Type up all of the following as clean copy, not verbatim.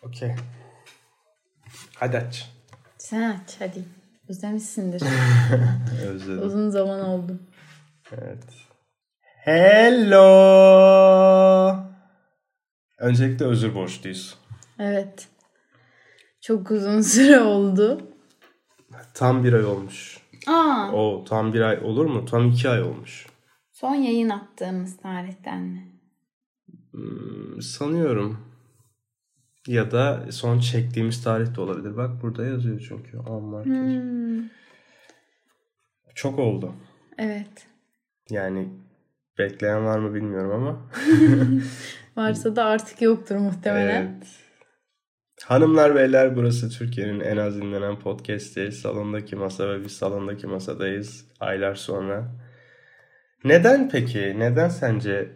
Okey. Hadi aç. Sen aç hadi. Özlemişsindir. Özledim. Uzun zaman oldu. Evet. Hello. Öncelikle özür borçluyuz. Evet. Çok uzun süre oldu. Tam 1 ay olmuş. Aa. Tam 1 ay olur mu? Tam 2 ay olmuş. Son yayın attığımız tarihten mi? Sanıyorum. Ya da son çektiğimiz tarih de olabilir. Bak burada yazıyor çünkü. 10 Mart. Çok oldu. Evet. Yani bekleyen var mı bilmiyorum ama. Varsa da artık yoktur muhtemelen. Evet. Hanımlar beyler, burası Türkiye'nin en az dinlenen podcast'i. Salondaki masa ve biz salondaki masadayız. Aylar sonra. Neden peki? Neden sence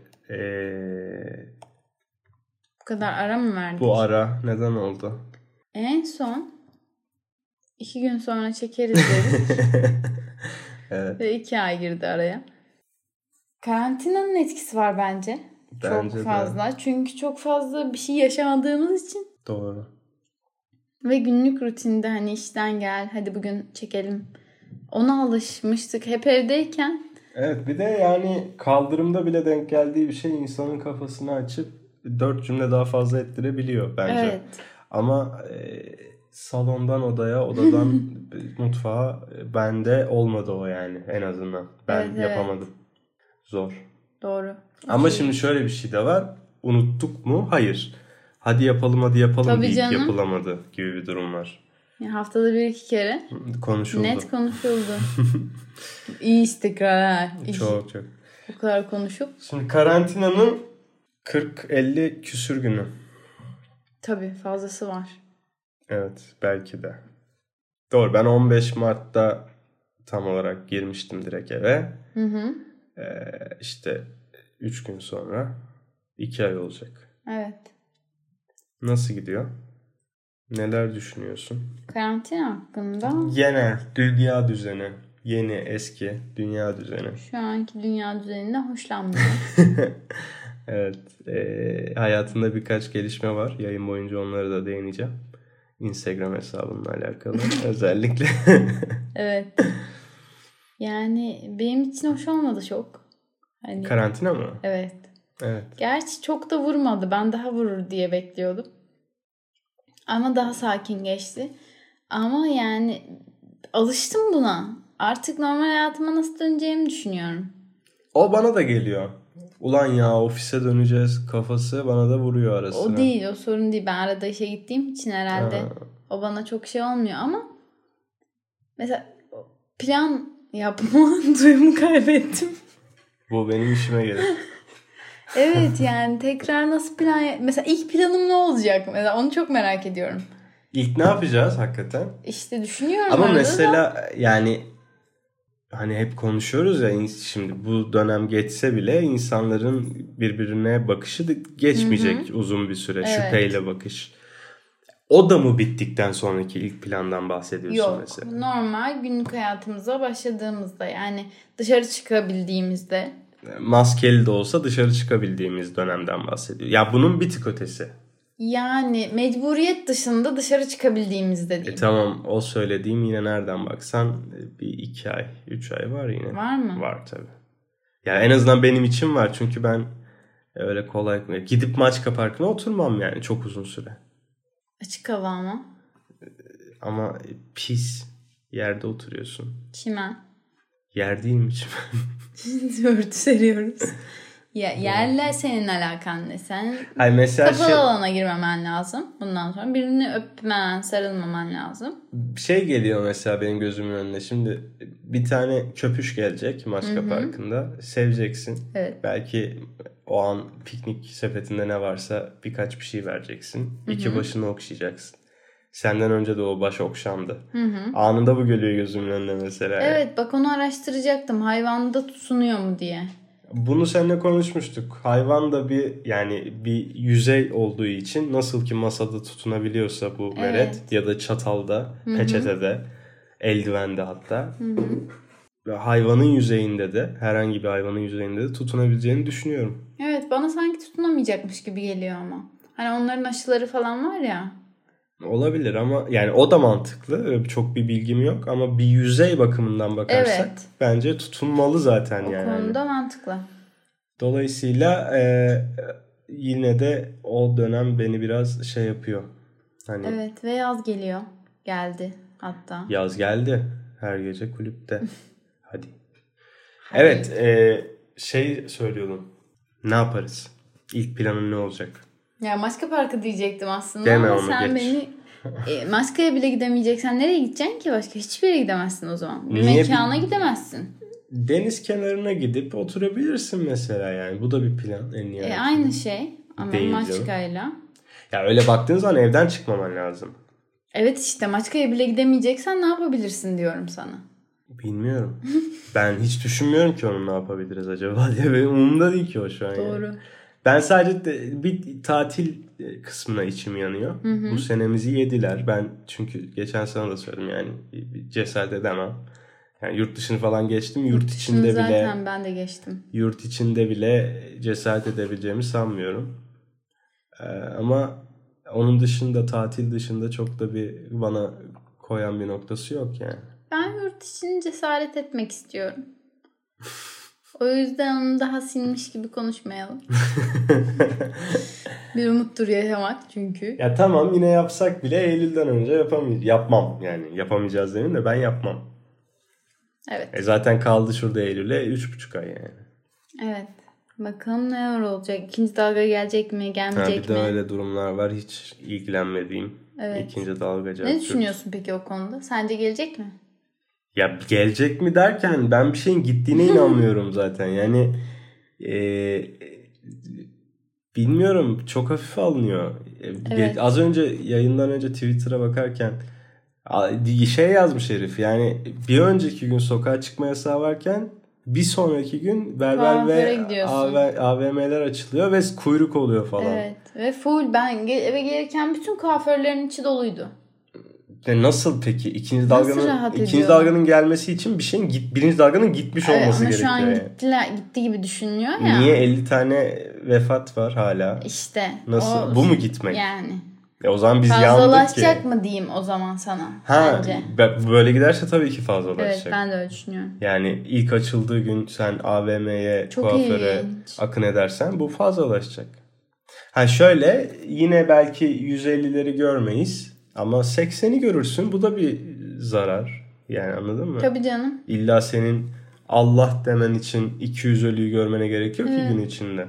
Bu kadar ara mı verdik? bu ara neden oldu? En son 2 gün sonra çekeriz dedik. Evet. Ve 2 ay girdi araya. Karantinanın etkisi var bence. Bence çok fazla. Çünkü çok fazla bir şey yaşamadığımız için. Doğru. Ve günlük rutinde hani işten gel, hadi bugün çekelim. Ona alışmıştık hep evdeyken. Evet, bir de yani kaldırımda bile denk geldiği bir şey insanın kafasını açıp 4 cümle daha fazla ettirebiliyor bence. Evet. Ama salondan odaya, odadan mutfağa bende olmadı o yani en azından. Ben Evet, yapamadım. Zor. Doğru. Ama şimdi şöyle bir şey de var. Unuttuk mu? Hayır. Hadi yapalım Tabii deyip canım. yapılamadı gibi bir durum var. Yani haftada 1-2 kere Konuşuldu. net konuşuldu. İyi istikrar ha. Çok. Bu kadar konuşup. Şimdi karantinanın 40-50 küsür günü. Tabii fazlası var. Evet, belki de. Doğru, ben 15 Mart'ta tam olarak girmiştim direkt eve. İşte 3 gün sonra 2 ay olacak. Evet. Nasıl gidiyor? Neler düşünüyorsun? Karantina hakkında. Genel dünya düzeni. Yeni, eski dünya düzeni. Şu anki dünya düzeninden hoşlanmıyorum. Evet. Hayatında birkaç gelişme var. Yayın boyunca onlara da değineceğim. Instagram hesabımla alakalı özellikle. Evet. Yani benim için hoş olmadı çok. Hani... Karantina mı? Evet. Evet. Gerçi çok da vurmadı. Ben daha vurur diye bekliyordum. Ama daha sakin geçti. Ama yani alıştım buna. Artık normal hayatıma nasıl döneceğimi düşünüyorum. O bana da geliyor. Ulan ya ofise döneceğiz kafası bana da vuruyor ara sıra. O değil, o sorun değil. Ben arada işe gittiğim için herhalde o bana çok şey olmuyor ama mesela plan yapma duyumu kaybettim. Bu benim işime gelir. Evet yani tekrar nasıl mesela ilk planım ne olacak? Mesela onu çok merak ediyorum. İlk ne yapacağız hakikaten? İşte düşünüyorum. Ama mesela yani hani hep konuşuyoruz ya, şimdi bu dönem geçse bile insanların birbirine bakışı da geçmeyecek uzun bir süre. Evet. Şüpheyle bakış. O da mı bittikten sonraki ilk plandan bahsediyorsun? Yok, mesela? Normal günlük hayatımıza başladığımızda yani dışarı çıkabildiğimizde. Maskeli de olsa dışarı çıkabildiğimiz dönemden bahsediyor. Ya bunun bir tık ötesi. Yani mecburiyet dışında dışarı çıkabildiğimizde diyeyim. Tamam, o söylediğim yine nereden baksan bir 2 ay 3 ay var yine. Var mı? Var tabii. Yani en azından benim için var çünkü ben öyle kolay gidip Maçka Parkı'na oturmam yani çok uzun süre. Açık hava ama. Ama pis yerde oturuyorsun. Çimen. Yer değil mi çimen? Örtü seriyoruz. Yerle senin alakan ne? Sen mesela kapalı alana girmemen lazım. Bundan sonra birini öpmemen, sarılmaman lazım. Şey geliyor mesela benim gözümün önüne. Şimdi bir tane köpüş gelecek Maçka Parkı'nda. Seveceksin. Evet. Belki o an piknik sepetinde ne varsa birkaç bir şey vereceksin. İki başını okşayacaksın. Senden önce de o baş okşandı. Anında bu geliyor gözümün önüne mesela. Evet, bak onu araştıracaktım. Hayvanda tutunuyor mu diye. Bunu seninle konuşmuştuk. Hayvan da bir yüzey olduğu için nasıl ki masada tutunabiliyorsa bu meret ya da çatalda, peçetede, eldivende hatta. Ve hayvanın yüzeyinde de, herhangi bir hayvanın yüzeyinde de tutunabileceğini düşünüyorum. Evet, bana sanki tutunamayacakmış gibi geliyor ama. Hani onların aşıları falan var ya. Olabilir ama yani o da mantıklı. Çok bir bilgim yok ama bir yüzey bakımından bakarsak bence tutunmalı zaten o yani. O konuda mantıklı. Dolayısıyla yine de o dönem beni biraz şey yapıyor. Hani evet ve yaz geliyor. Geldi hatta. Yaz geldi. Her gece kulüpte. Hadi. Evet. Şey söylüyordum. Ne yaparız? İlk planın ne olacak? Ya Maçka Parkı diyecektim aslında. Deme ama onu, sen geç. beni Maçka'ya bile gidemeyeceksen nereye gideceksin ki başka? Hiçbir yere gidemezsin o zaman. Bir Niye mekana gidemezsin. Deniz kenarına gidip oturabilirsin mesela yani. Bu da bir plan en nihayetinde. Aynı şey ama değil Maçka'yla. Ya öyle baktığın zaman evden çıkmaman lazım. Evet işte Maçka'ya bile gidemeyeceksen ne yapabilirsin diyorum sana. Bilmiyorum. Ben hiç düşünmüyorum ki onu ne yapabiliriz acaba diye. Benim umurumda değil ki o şu an. Doğru. Yani. Ben sadece bir tatil kısmına içim yanıyor. Bu senemizi yediler. Ben çünkü geçen sene de söyledim yani cesaret edemem. Yani yurt dışını falan geçtim. Yurt içinde bile zaten ben de geçtim. Yurt içinde bile cesaret edebileceğimi sanmıyorum. Ama onun dışında tatil dışında çok da bir bana koyan bir noktası yok yani. Ben yurt için cesaret etmek istiyorum. O yüzden onu daha sinmiş gibi konuşmayalım. Bir umuttur yaşamak çünkü. Ya tamam yine yapsak bile Eylül'den önce yapmam yani. Yapamayacağız demeyeyim de ben yapmam. Evet. Zaten kaldı şurada Eylül'e 3,5 ay yani. Evet. Bakalım neler olacak. İkinci dalga gelecek mi, gelmeyecek mi? mi? Bir de öyle durumlar var. Hiç ilgilenmediğim. Evet. İkinci dalga. Ne düşünüyorsun peki o konuda? Sence gelecek mi? Ya gelecek mi derken ben bir şeyin gittiğine inanmıyorum zaten. Yani bilmiyorum, çok hafif alınıyor. Evet. Az önce yayından önce Twitter'a bakarken şey yazmış herif. Yani bir önceki gün sokağa çıkma yasağı varken bir sonraki gün berber ve AVM'ler açılıyor ve kuyruk oluyor falan. Evet ve full ben eve gelirken bütün kuaförlerin içi doluydu. Nasıl peki ikinci dalganın gelmesi için bir şeyin birinci dalganın gitmiş olması gerekiyor. Ama şu an gitti gibi düşünülüyor ya. Niye 50 tane vefat var hala? İşte. Nasıl? Bu mu gitmek? Yani. O zaman biz yandık ki. Fazlalaşacak mı diyeyim o zaman sana? Bence. Böyle giderse tabii ki fazlalaşacak. Evet ben de öyle düşünüyorum. Yani ilk açıldığı gün sen AVM'ye, kuaföre akın edersen bu fazlalaşacak. Şöyle yine belki 150'leri görmeyiz. Ama 80'i görürsün. Bu da bir zarar. Yani anladın mı? Tabii canım. İlla senin Allah demen için 200 ölüyü görmene gerek yok ki gün içinde.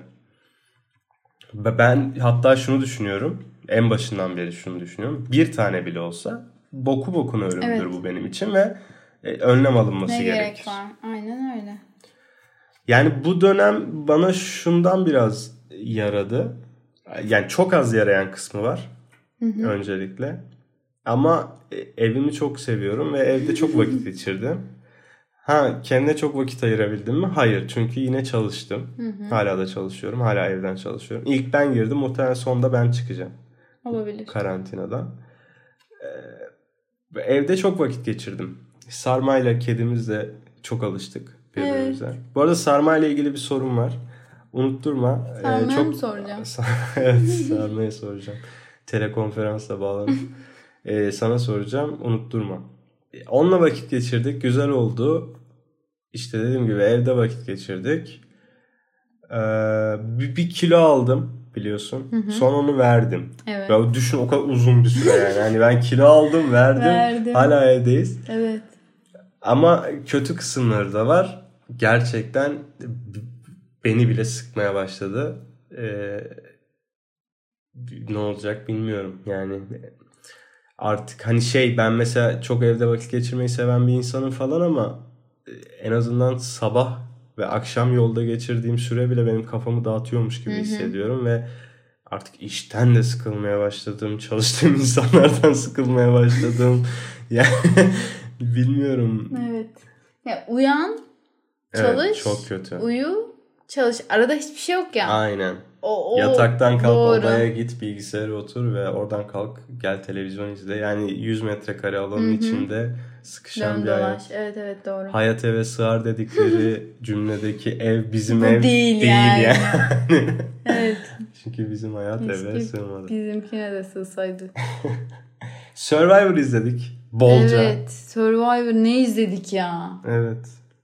Ben hatta şunu düşünüyorum. En başından beri şunu düşünüyorum. Bir tane bile olsa bokuna ölümdür bu benim için ve önlem alınması gerekir. Ne gerek var? Aynen öyle. Yani bu dönem bana şundan biraz yaradı. Yani çok az yarayan kısmı var. Öncelikle. Ama evimi çok seviyorum ve evde çok vakit geçirdim. Kendine çok vakit ayırabildim mi? Hayır. Çünkü yine çalıştım. Hala da çalışıyorum. Hala evden çalışıyorum. İlk ben girdim. Muhtemelen sonunda ben çıkacağım. Olabilir. Karantinadan. Evde çok vakit geçirdim. Sarmayla kedimizle çok alıştık birbirimize. Evet. Bu arada sarmayla ilgili bir sorun var. Unutturma. Sarmaya mı soracağım? Evet, sarmaya soracağım. Telekonferansla bağlanıp sana soracağım. Unutturma. Onunla vakit geçirdik. Güzel oldu. İşte dediğim gibi evde vakit geçirdik. Bir kilo aldım biliyorsun. Sonra onu verdim. Evet. Ya düşün o kadar uzun bir süre yani. Yani ben kilo aldım, verdim. Hala evdeyiz. Evet. Ama kötü kısımları da var. Gerçekten beni bile sıkmaya başladı. Ne olacak bilmiyorum. Yani artık ben mesela çok evde vakit geçirmeyi seven bir insanım falan ama en azından sabah ve akşam yolda geçirdiğim süre bile benim kafamı dağıtıyormuş gibi hissediyorum ve artık işten de sıkılmaya başladım. Çalıştığım insanlardan sıkılmaya başladım. Yani bilmiyorum. Evet. Ya uyan, çalış, çok kötü. Uyu, çalış. Arada hiçbir şey yok ya. Aynen. Yataktan kalk, doğru. odaya git, bilgisayara otur ve oradan kalk gel televizyon izle. Yani 100 metrekare alanın içinde sıkışan bir hayat. Evet doğru. Hayat eve sığar dedikleri cümledeki ev bizim ev değil yani. Evet. Çünkü bizim hayat eve sığmadı. Bizimkine de sığsaydı. Survivor izledik. Bolca. Evet. Survivor ne izledik ya? Evet.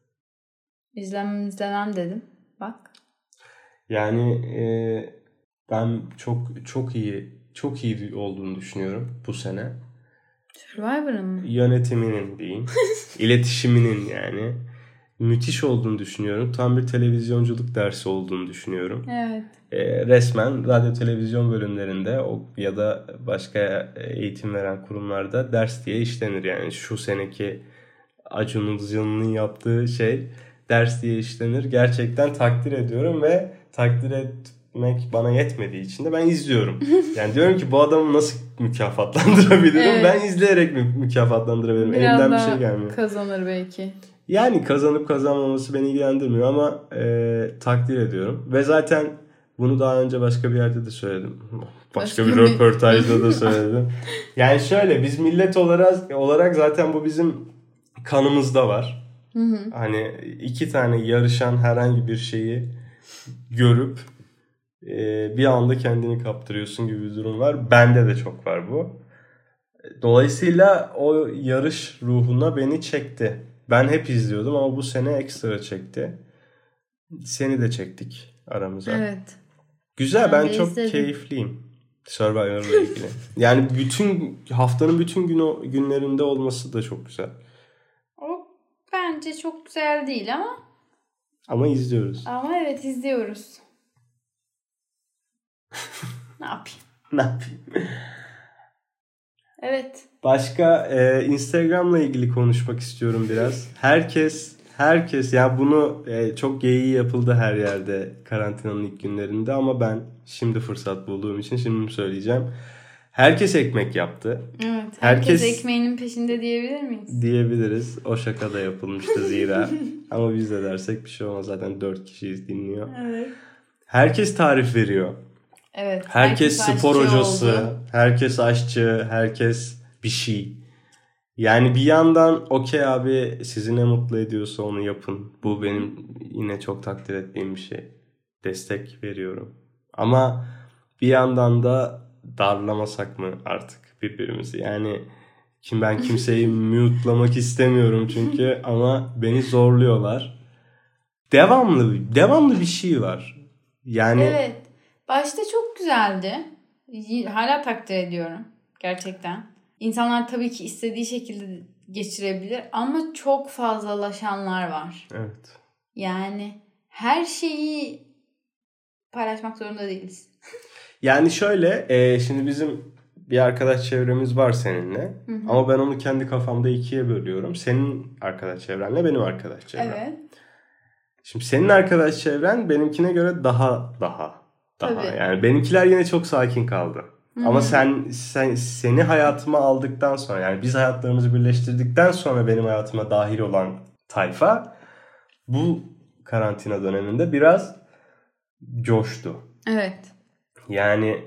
İzlemem dedim. Bak. Yani ben çok iyi olduğunu düşünüyorum bu sene. Survivor'ın mı? Yönetiminin diyeyim. İletişiminin yani. Müthiş olduğunu düşünüyorum. Tam bir televizyonculuk dersi olduğunu düşünüyorum. Evet. Resmen radyo televizyon bölümlerinde ya da başka eğitim veren kurumlarda ders diye işlenir. Yani şu seneki Acun Ilıcalı'nın yaptığı şey ders diye işlenir. Gerçekten takdir ediyorum ve takdir etmek bana yetmediği için de ben izliyorum. Yani diyorum ki bu adamı nasıl mükafatlandırabilirim? Evet. Ben izleyerek mükafatlandırabilirim. Biraz elimden bir şey gelmiyor. Kazanır belki. Yani kazanıp kazanmaması beni ilgilendirmiyor ama takdir ediyorum. Ve zaten bunu daha önce başka bir yerde de söyledim. Başka bir röportajda da söyledim. Yani şöyle, biz millet olarak zaten bu bizim kanımızda var. Hani iki tane yarışan herhangi bir şeyi görüp bir anda kendini kaptırıyorsun gibi bir durum var. Bende de çok var bu. Dolayısıyla o yarış ruhuna beni çekti. Ben hep izliyordum ama bu sene ekstra çekti. Seni de çektik aramıza. Evet. Güzel, ben çok keyifliyim Survivor'la ilgili. Yani haftanın bütün günlerinde olması da çok güzel. O bence çok güzel değil ama. Ama izliyoruz. Ama evet, izliyoruz. Ne yapayım? Ne yapayım? Evet. Başka Instagram'la ilgili konuşmak istiyorum biraz. Herkes ya bunu çok geyiği yapıldı her yerde karantinanın ilk günlerinde ama ben şimdi fırsat bulduğum için şimdi söyleyeceğim. Herkes ekmek yaptı. Evet. Herkes ekmeğinin peşinde diyebilir miyiz? Diyebiliriz. O şaka da yapılmıştı zira. Ama biz de dersek bir şey olmaz. Zaten 4 kişiyiz dinliyor. Evet. Herkes tarif veriyor. Evet. Herkes spor hocası, herkes aşçı, herkes bir şey. Yani bir yandan okey abi, sizi ne mutlu ediyorsa onu yapın. Bu benim yine çok takdir ettiğim bir şey. Destek veriyorum. Ama bir yandan da darlamasak mı artık birbirimizi? Yani ben kimseyi mute'lamak istemiyorum çünkü ama beni zorluyorlar. Devamlı bir şey var. Yani evet. Başta çok güzeldi. Hala takdir ediyorum. Gerçekten. İnsanlar tabii ki istediği şekilde geçirebilir ama çok fazlalaşanlar var. Evet. Yani her şeyi paylaşmak zorunda değiliz. Yani şöyle, şimdi bizim bir arkadaş çevremiz var seninle. Hı-hı. Ama ben onu kendi kafamda ikiye bölüyorum. Senin arkadaş çevrenle benim arkadaş çevrem. Evet. Şimdi senin arkadaş çevren benimkine göre daha. Tabii. Yani benimkiler yine çok sakin kaldı. Hı-hı. Ama seni hayatıma aldıktan sonra, yani biz hayatlarımızı birleştirdikten sonra benim hayatıma dahil olan tayfa bu karantina döneminde biraz coştu. Evet. Yani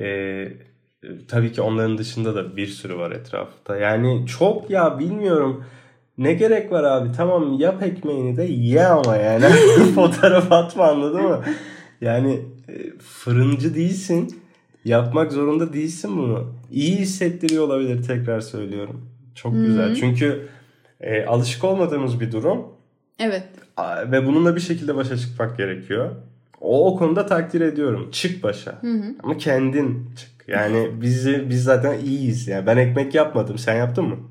tabii ki onların dışında da bir sürü var etrafta. Yani çok bilmiyorum. Ne gerek var abi? Tamam, yap ekmeğini de ye ama yani. Fotoğraf atma, anladın mı? Yani fırıncı değilsin. Yapmak zorunda değilsin bunu. İyi hissettiriyor olabilir, tekrar söylüyorum. Çok güzel. Çünkü alışık olmadığımız bir durum. Evet. Ve bununla bir şekilde başa çıkmak gerekiyor. O konuda takdir ediyorum. Çık başa. Hı-hı. Ama kendin çık. Yani biz zaten iyiyiz. Yani ben ekmek yapmadım. Sen yaptın mı?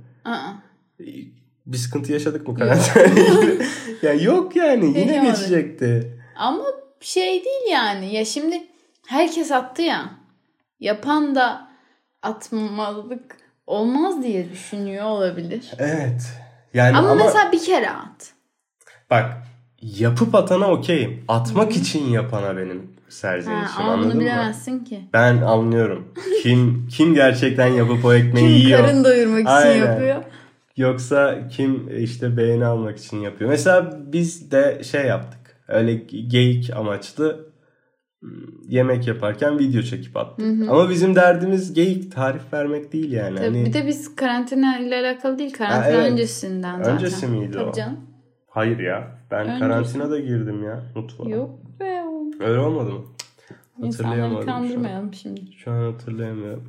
Bir sıkıntı yaşadık mı karantinayla? Ya yok yani. Yine geçecekti. Ama şey değil yani. Ya şimdi herkes attı ya. Yapan da atmalık olmaz diye düşünüyor olabilir. Evet. Yani ama mesela bir kere at. Bak, yapıp atana okeyim. Atmak için yapana benim serzenişim, anladın mı? Ama bunu bilemezsin ki. Ben anlıyorum. Kim gerçekten yapıp o ekmeği yiyor? Kim karın doyurmak için yapıyor? Yoksa kim işte beğeni almak için yapıyor? Mesela biz de yaptık. Öyle geyik amaçlı yemek yaparken video çekip attık. Ama bizim derdimiz geyik, tarif vermek değil yani. Tabii hani... Bir de biz karantina ile alakalı değil. Karantina öncesinden zaten. Öncesi miydi Tabii o? Canım. Hayır ya. Ben karantinada girdim ya mutfağa. Yok be. Öyle olmadı mı? İnsanları kandırmayalım şimdi. Şu an hatırlayamıyorum.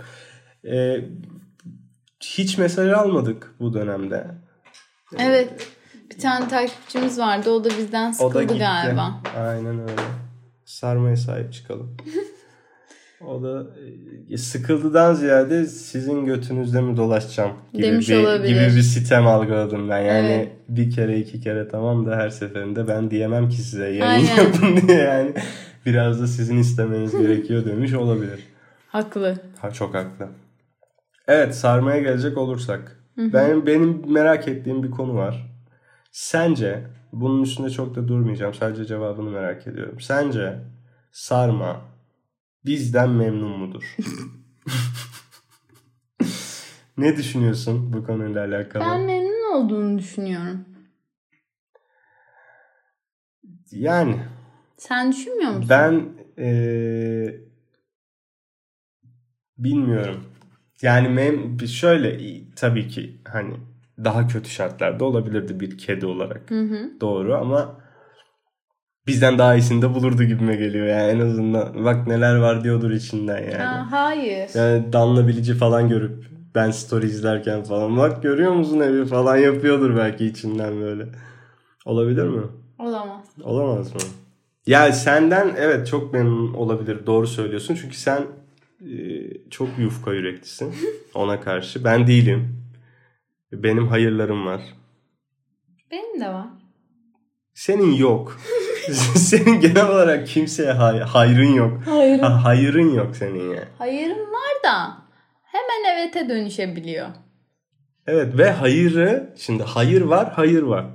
Hiç mesaj almadık bu dönemde. Evet. Bir tane takipçimiz vardı. O da bizden sıkıldı galiba. Aynen öyle. Sarmaya sahip çıkalım. O da sıkıldıdan ziyade sizin götünüzde mi dolaşacağım gibi bir sitem algıladım ben. Yani bir kere 2 kere tamam da her seferinde ben diyemem ki size yayın yapın diye yani. Biraz da sizin istemeniz gerekiyor demiş olabilir. Haklı. Çok haklı. Evet, sarmaya gelecek olursak. Benim merak ettiğim bir konu var. Sence, bunun üstünde çok da durmayacağım. Sadece cevabını merak ediyorum. Sence sarma bizden memnun mudur? Ne düşünüyorsun bu konuyla alakalı? Ben memnun olduğunu düşünüyorum. Yani. Sen düşünmüyor musun? Ben bilmiyorum. Yani şöyle tabii ki hani daha kötü şartlarda olabilirdi bir kedi olarak. Doğru ama bizden daha iyisini de bulurdu gibime geliyor yani en azından. Bak neler var diyordur içinden yani. Hayır. Yani Danla Bilici falan görüp ben story izlerken falan bak görüyor musun evi falan yapıyordur belki içinden böyle. Olabilir mi? Olamaz. Olamaz mı? Yani senden evet çok memnun olabilir. Doğru söylüyorsun. Çünkü sen çok yufka yüreklisin ona karşı. Ben değilim. Benim hayırlarım var. Benim de var. Senin yok. Senin genel olarak kimseye hayrın yok. Hayırın yok senin ya. Hayırım var da hemen evete dönüşebiliyor. Evet ve şimdi hayır var, hayır var.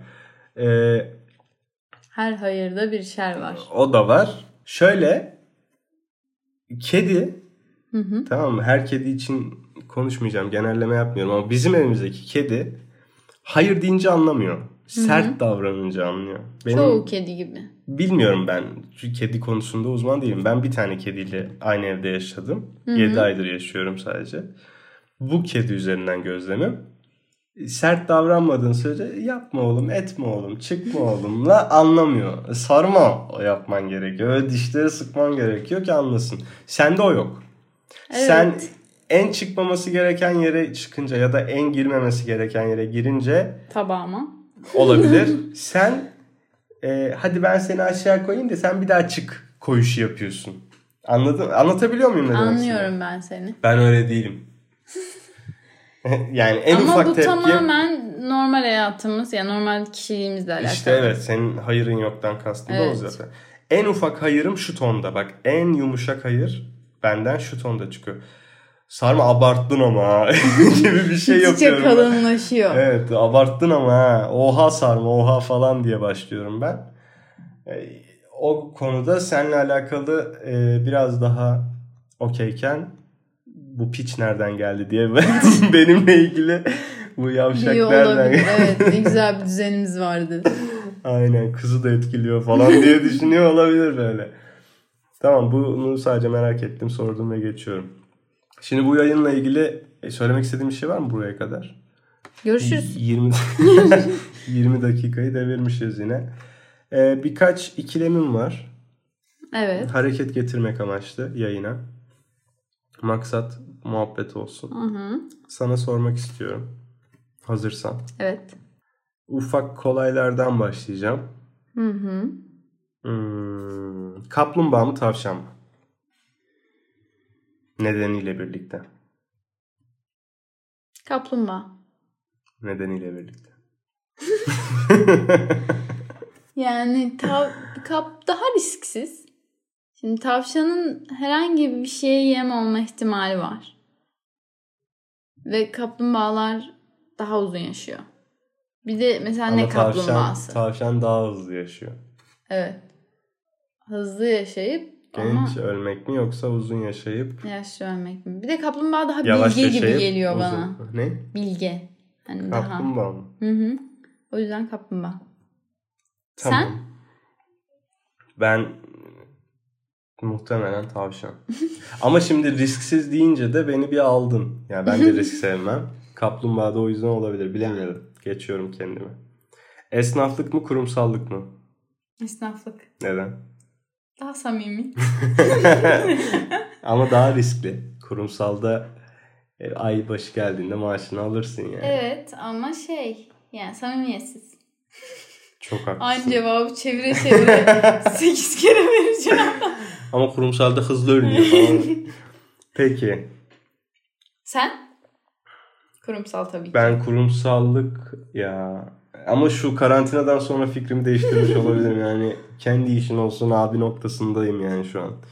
Her hayırda bir şer var. O da var. Şöyle kedi tamam mı? Her kedi için konuşmayacağım. Genelleme yapmıyorum ama bizim evimizdeki kedi hayır deyince anlamıyor. Sert davranınca anlıyor. Çoğu kedi gibi. Bilmiyorum ben. Çünkü kedi konusunda uzman değilim. Ben bir tane kediyle aynı evde yaşadım. 7 aydır yaşıyorum sadece. Bu kedi üzerinden gözlemim. Sert davranmadığın sürece yapma oğlum, etme oğlum, çıkma oğlumla anlamıyor. Sarma o yapman gerekiyor. Öyle dişleri sıkman gerekiyor ki anlasın. Sende o yok. Evet. Sen en çıkmaması gereken yere çıkınca ya da en girmemesi gereken yere girince tabağıma olabilir. Sen hadi ben seni aşağı koyayım da sen bir daha çık koyuşu yapıyorsun. Anladın? Anlatabiliyor muyum ne demek istediğimi? Anlıyorum ben seni. Ben öyle değilim. Yani en ufak tepki. Ama bu tamamen normal hayatımız ya normal kişiliğimizle alakalı. İşte evet senin hayırın yoktan kastın da o zaten. En ufak hayırım şu tonda bak en yumuşak hayır benden şu tonda çıkıyor. Sarma abarttın ama gibi bir şey yapıyorum. İçe kalınlaşıyor. Evet abarttın ama oha sarma oha falan diye başlıyorum ben. O konuda seninle alakalı biraz daha okeyken bu piç nereden geldi diye benimle ilgili bu yavşak nereden geldi? Evet ne güzel bir düzenimiz vardı. Aynen kızı da etkiliyor falan diye düşünüyor olabilir böyle. Tamam bunu sadece merak ettim sordum ve geçiyorum. Şimdi bu yayınla ilgili söylemek istediğim bir şey var mı buraya kadar? Görüşürüz. 20 dakikayı devirmişiz yine. Birkaç ikilemim var. Evet. Hareket getirmek amaçlı yayına. Maksat muhabbet olsun. Sana sormak istiyorum. Hazırsan. Evet. Ufak kolaylardan başlayacağım. Kaplumbağa mı tavşan mı? Nedeniyle birlikte. Kaplumbağa. Nedeniyle birlikte. Yani daha risksiz. Şimdi tavşanın herhangi bir şeye yem olma ihtimali var. Ve kaplumbağalar daha uzun yaşıyor. Bir de mesela ama ne kaplumbağası? Tavşan daha hızlı yaşıyor. Evet. Hızlı yaşayıp genç ölmek mi yoksa uzun yaşayıp? Yaşlı ölmek mi? Bir de kaplumbağa daha bilge gibi geliyor uzun. Bana. Ne? Bilge. Hani kaplumbağa mı? Hı. O yüzden kaplumbağa. Tamam. Sen? Ben Muhtemelen tavşan. Ama şimdi risksiz deyince de beni bir aldın. Yani ben de risk sevmem. Kaplumbağa da o yüzden olabilir. Bilemiyorum. Geçiyorum kendime. Esnaflık mı, kurumsallık mı? Esnaflık. Neden? Daha samimi. Ama daha riskli. Kurumsalda ay başı geldiğinde maaşını alırsın yani. Evet ama yani samimiyetsiz. Çok haklısın. Aynı cevabı çevire 8 kere vereceğim. Ama kurumsalda hızlı ölünüyor falan. Peki. Sen? Kurumsal tabii ki. Ben kurumsallık ya. Ama şu karantinadan sonra fikrimi değiştirmiş olabilirim. Yani kendi işin olsun abi noktasındayım yani şu an.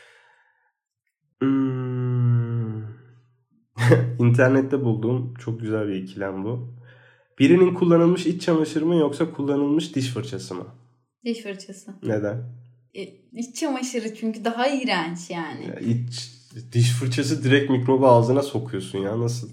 İnternette bulduğum çok güzel bir ikilem bu. Birinin kullanılmış iç çamaşırı mı yoksa kullanılmış diş fırçası mı? Diş fırçası. Neden? İç çamaşırı çünkü daha iğrenç yani. Ya diş fırçası direkt mikrobu ağzına sokuyorsun ya, nasıl?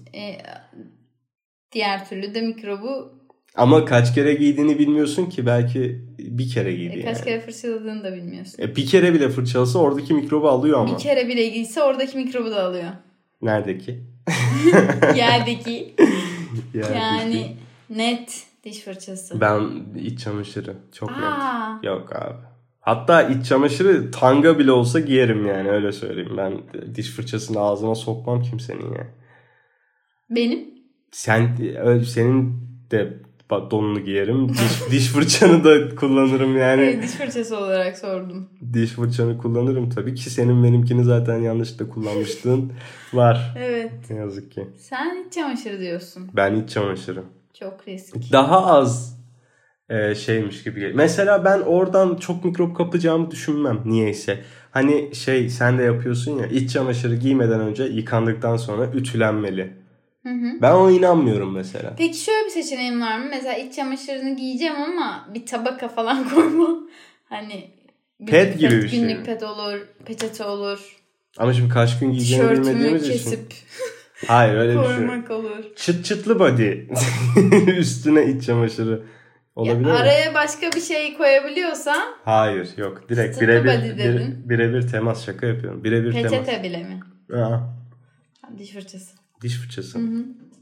Diğer türlü de mikrobu... Ama kaç kere giydiğini bilmiyorsun ki, belki bir kere giydi Kaç kere fırçaladığını da bilmiyorsun. Bir kere bile fırçalasa oradaki mikrobu alıyor ama. Bir kere bile giyse oradaki mikrobu da alıyor. Neredeki? Yerdeki. Yani net diş fırçası. Ben iç çamaşırı çok net. Yok abi. Hatta iç çamaşırı tanga bile olsa giyerim yani, öyle söyleyeyim. Ben diş fırçasını ağzıma sokmam kimsenin yani. Benim? Senin de donunu giyerim. Diş fırçanı da kullanırım yani. Evet, diş fırçası olarak sordum. Diş fırçanı kullanırım tabii ki, senin benimkini zaten yanlışlıkla kullanmıştın var. Evet. Ne yazık ki. Sen iç çamaşırı diyorsun. Ben iç çamaşırı. Çok riskli. Daha az şeymiş gibi geliyor. Mesela ben oradan çok mikrop kapacağımı düşünmem niyeyse. Hani sen de yapıyorsun ya, iç çamaşırı giymeden önce yıkandıktan sonra ütülenmeli. Hı. Ben ona inanmıyorum mesela. Peki şöyle bir seçeneğin var mı? Mesela iç çamaşırını giyeceğim ama bir tabaka falan koyma. Hani pet gibi bir şey. Günlük pet olur, peçete olur. Ama şimdi kaç gün giyeceğini bilmediğimiz için. Kesip hayır, öyle bir şey. koymak olur. Çıt çıtlı body. Üstüne iç çamaşırı. Olabilir mi? Araya başka bir şey koyabiliyorsan. Hayır, yok. Direkt birebir temas, şaka yapıyorum. Birebir temas. Peçete bile mi? Diş fırçası. Diş fırçası. Hı.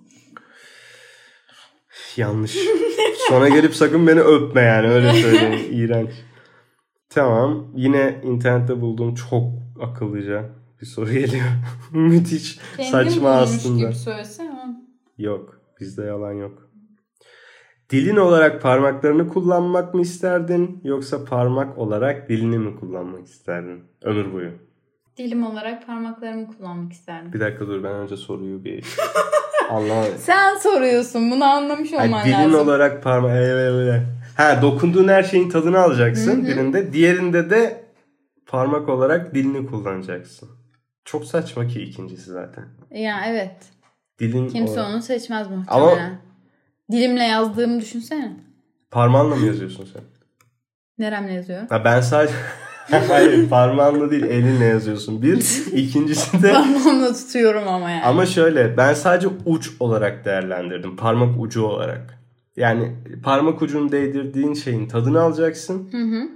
Yanlış. Sonra gelip sakın beni öpme yani, öyle söyleyeyim. İğrenç. Tamam. Yine internette bulduğum çok akıllıca bir soru geliyor. Müthiş. Kendin saçma aslında. Gibi söylesene. Yok. Bizde yalan yok. Dilin olarak parmaklarını kullanmak mı isterdin, yoksa parmak olarak dilini mi kullanmak isterdin ömür boyu? Dilim olarak parmaklarımı kullanmak isterdim. Bir dakika dur, ben önce soruyu bir anlamadım. Sen soruyorsun, bunu anlamış olman lazım. Dilin olarak dokunduğun her şeyin tadını alacaksın dilinde. Diğerinde de parmak olarak dilini kullanacaksın. Çok saçma ki ikincisi zaten. Ya evet. Dilin kimse onu seçmez muhtemelen. Ama dilimle yazdığımı düşünsene. Parmağınla mı yazıyorsun sen? Neremle yazıyor? Ben sadece... Hayır, parmağınla değil, elinle yazıyorsun. İkincisi de... Parmağımla tutuyorum ama yani. Ama şöyle, ben sadece uç olarak değerlendirdim. Parmak ucu olarak. Yani parmak ucunu değdirdiğin şeyin tadını alacaksın.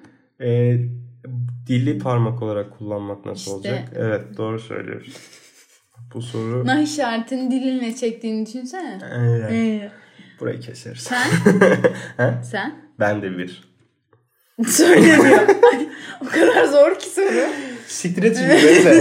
Dili parmak olarak kullanmak nasıl olacak? Evet, doğru söylüyorsun. Bu soru... Nah işaretini dilinle çektiğini düşünsene. Evet. Burayı keseriz. Sen? Sen? Ben de bir. Söylemiyor. O kadar zor ki soru. Siktir et şimdi böyle.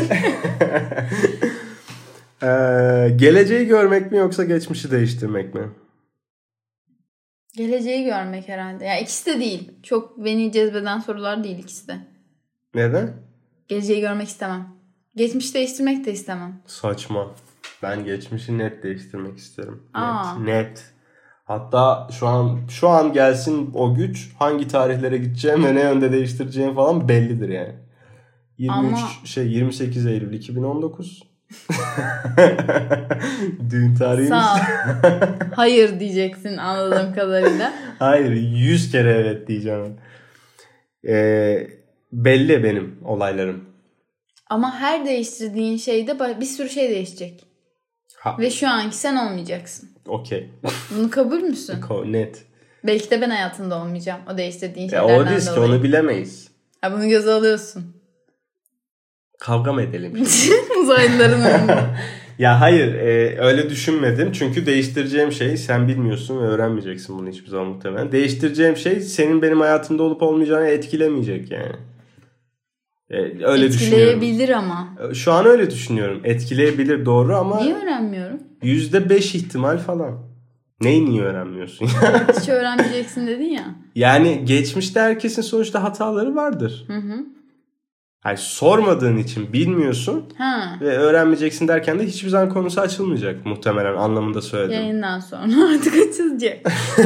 Geleceği görmek mi yoksa geçmişi değiştirmek mi? Geleceği görmek herhalde. Ya ikisi de değil. Çok beni cezbeden sorular değil ikisi de. Neden? Geleceği görmek istemem. Geçmişi değiştirmek de istemem. Saçma. Ben geçmişi net değiştirmek isterim. Aa. Net. Hatta şu an gelsin o güç, hangi tarihlere gideceğim ve ne yönde değiştireceğim falan bellidir yani. 28 Eylül 2019. Düğün tarihimiz. Sağ ol. Hayır diyeceksin anladığım kadarıyla. Hayır, 100 kere evet diyeceğim. Belli benim olaylarım. Ama her değiştirdiğin şeyde bir sürü şey değişecek. Ve şu anki sen olmayacaksın. Okey. Bunu kabul müsün? Net. Belki de ben hayatında olmayacağım. O değiştirdiğin şeylerden dolayı. O risk, onu bilemeyiz. Bunu göze alıyorsun. Kavga mı edelim? Uzaylıların önünde. Ya hayır öyle düşünmedim. Çünkü değiştireceğim şey sen bilmiyorsun ve öğrenmeyeceksin bunu hiçbir zaman muhtemelen. Değiştireceğim şey senin benim hayatımda olup olmayacağını etkilemeyecek yani. Öyle etkileyebilir ama. Şu an öyle düşünüyorum. Etkileyebilir doğru ama. Niye öğrenmiyorum? %5 ihtimal falan. Neyi niye öğrenmiyorsun? Hiç öğrenmeyeceksin dedin ya. Yani geçmişte herkesin sonuçta hataları vardır. Hı. Yani sormadığın için bilmiyorsun ve öğrenmeyeceksin derken de hiçbir zaman konusu açılmayacak muhtemelen anlamında söyledim. Yayından sonra artık açılacak.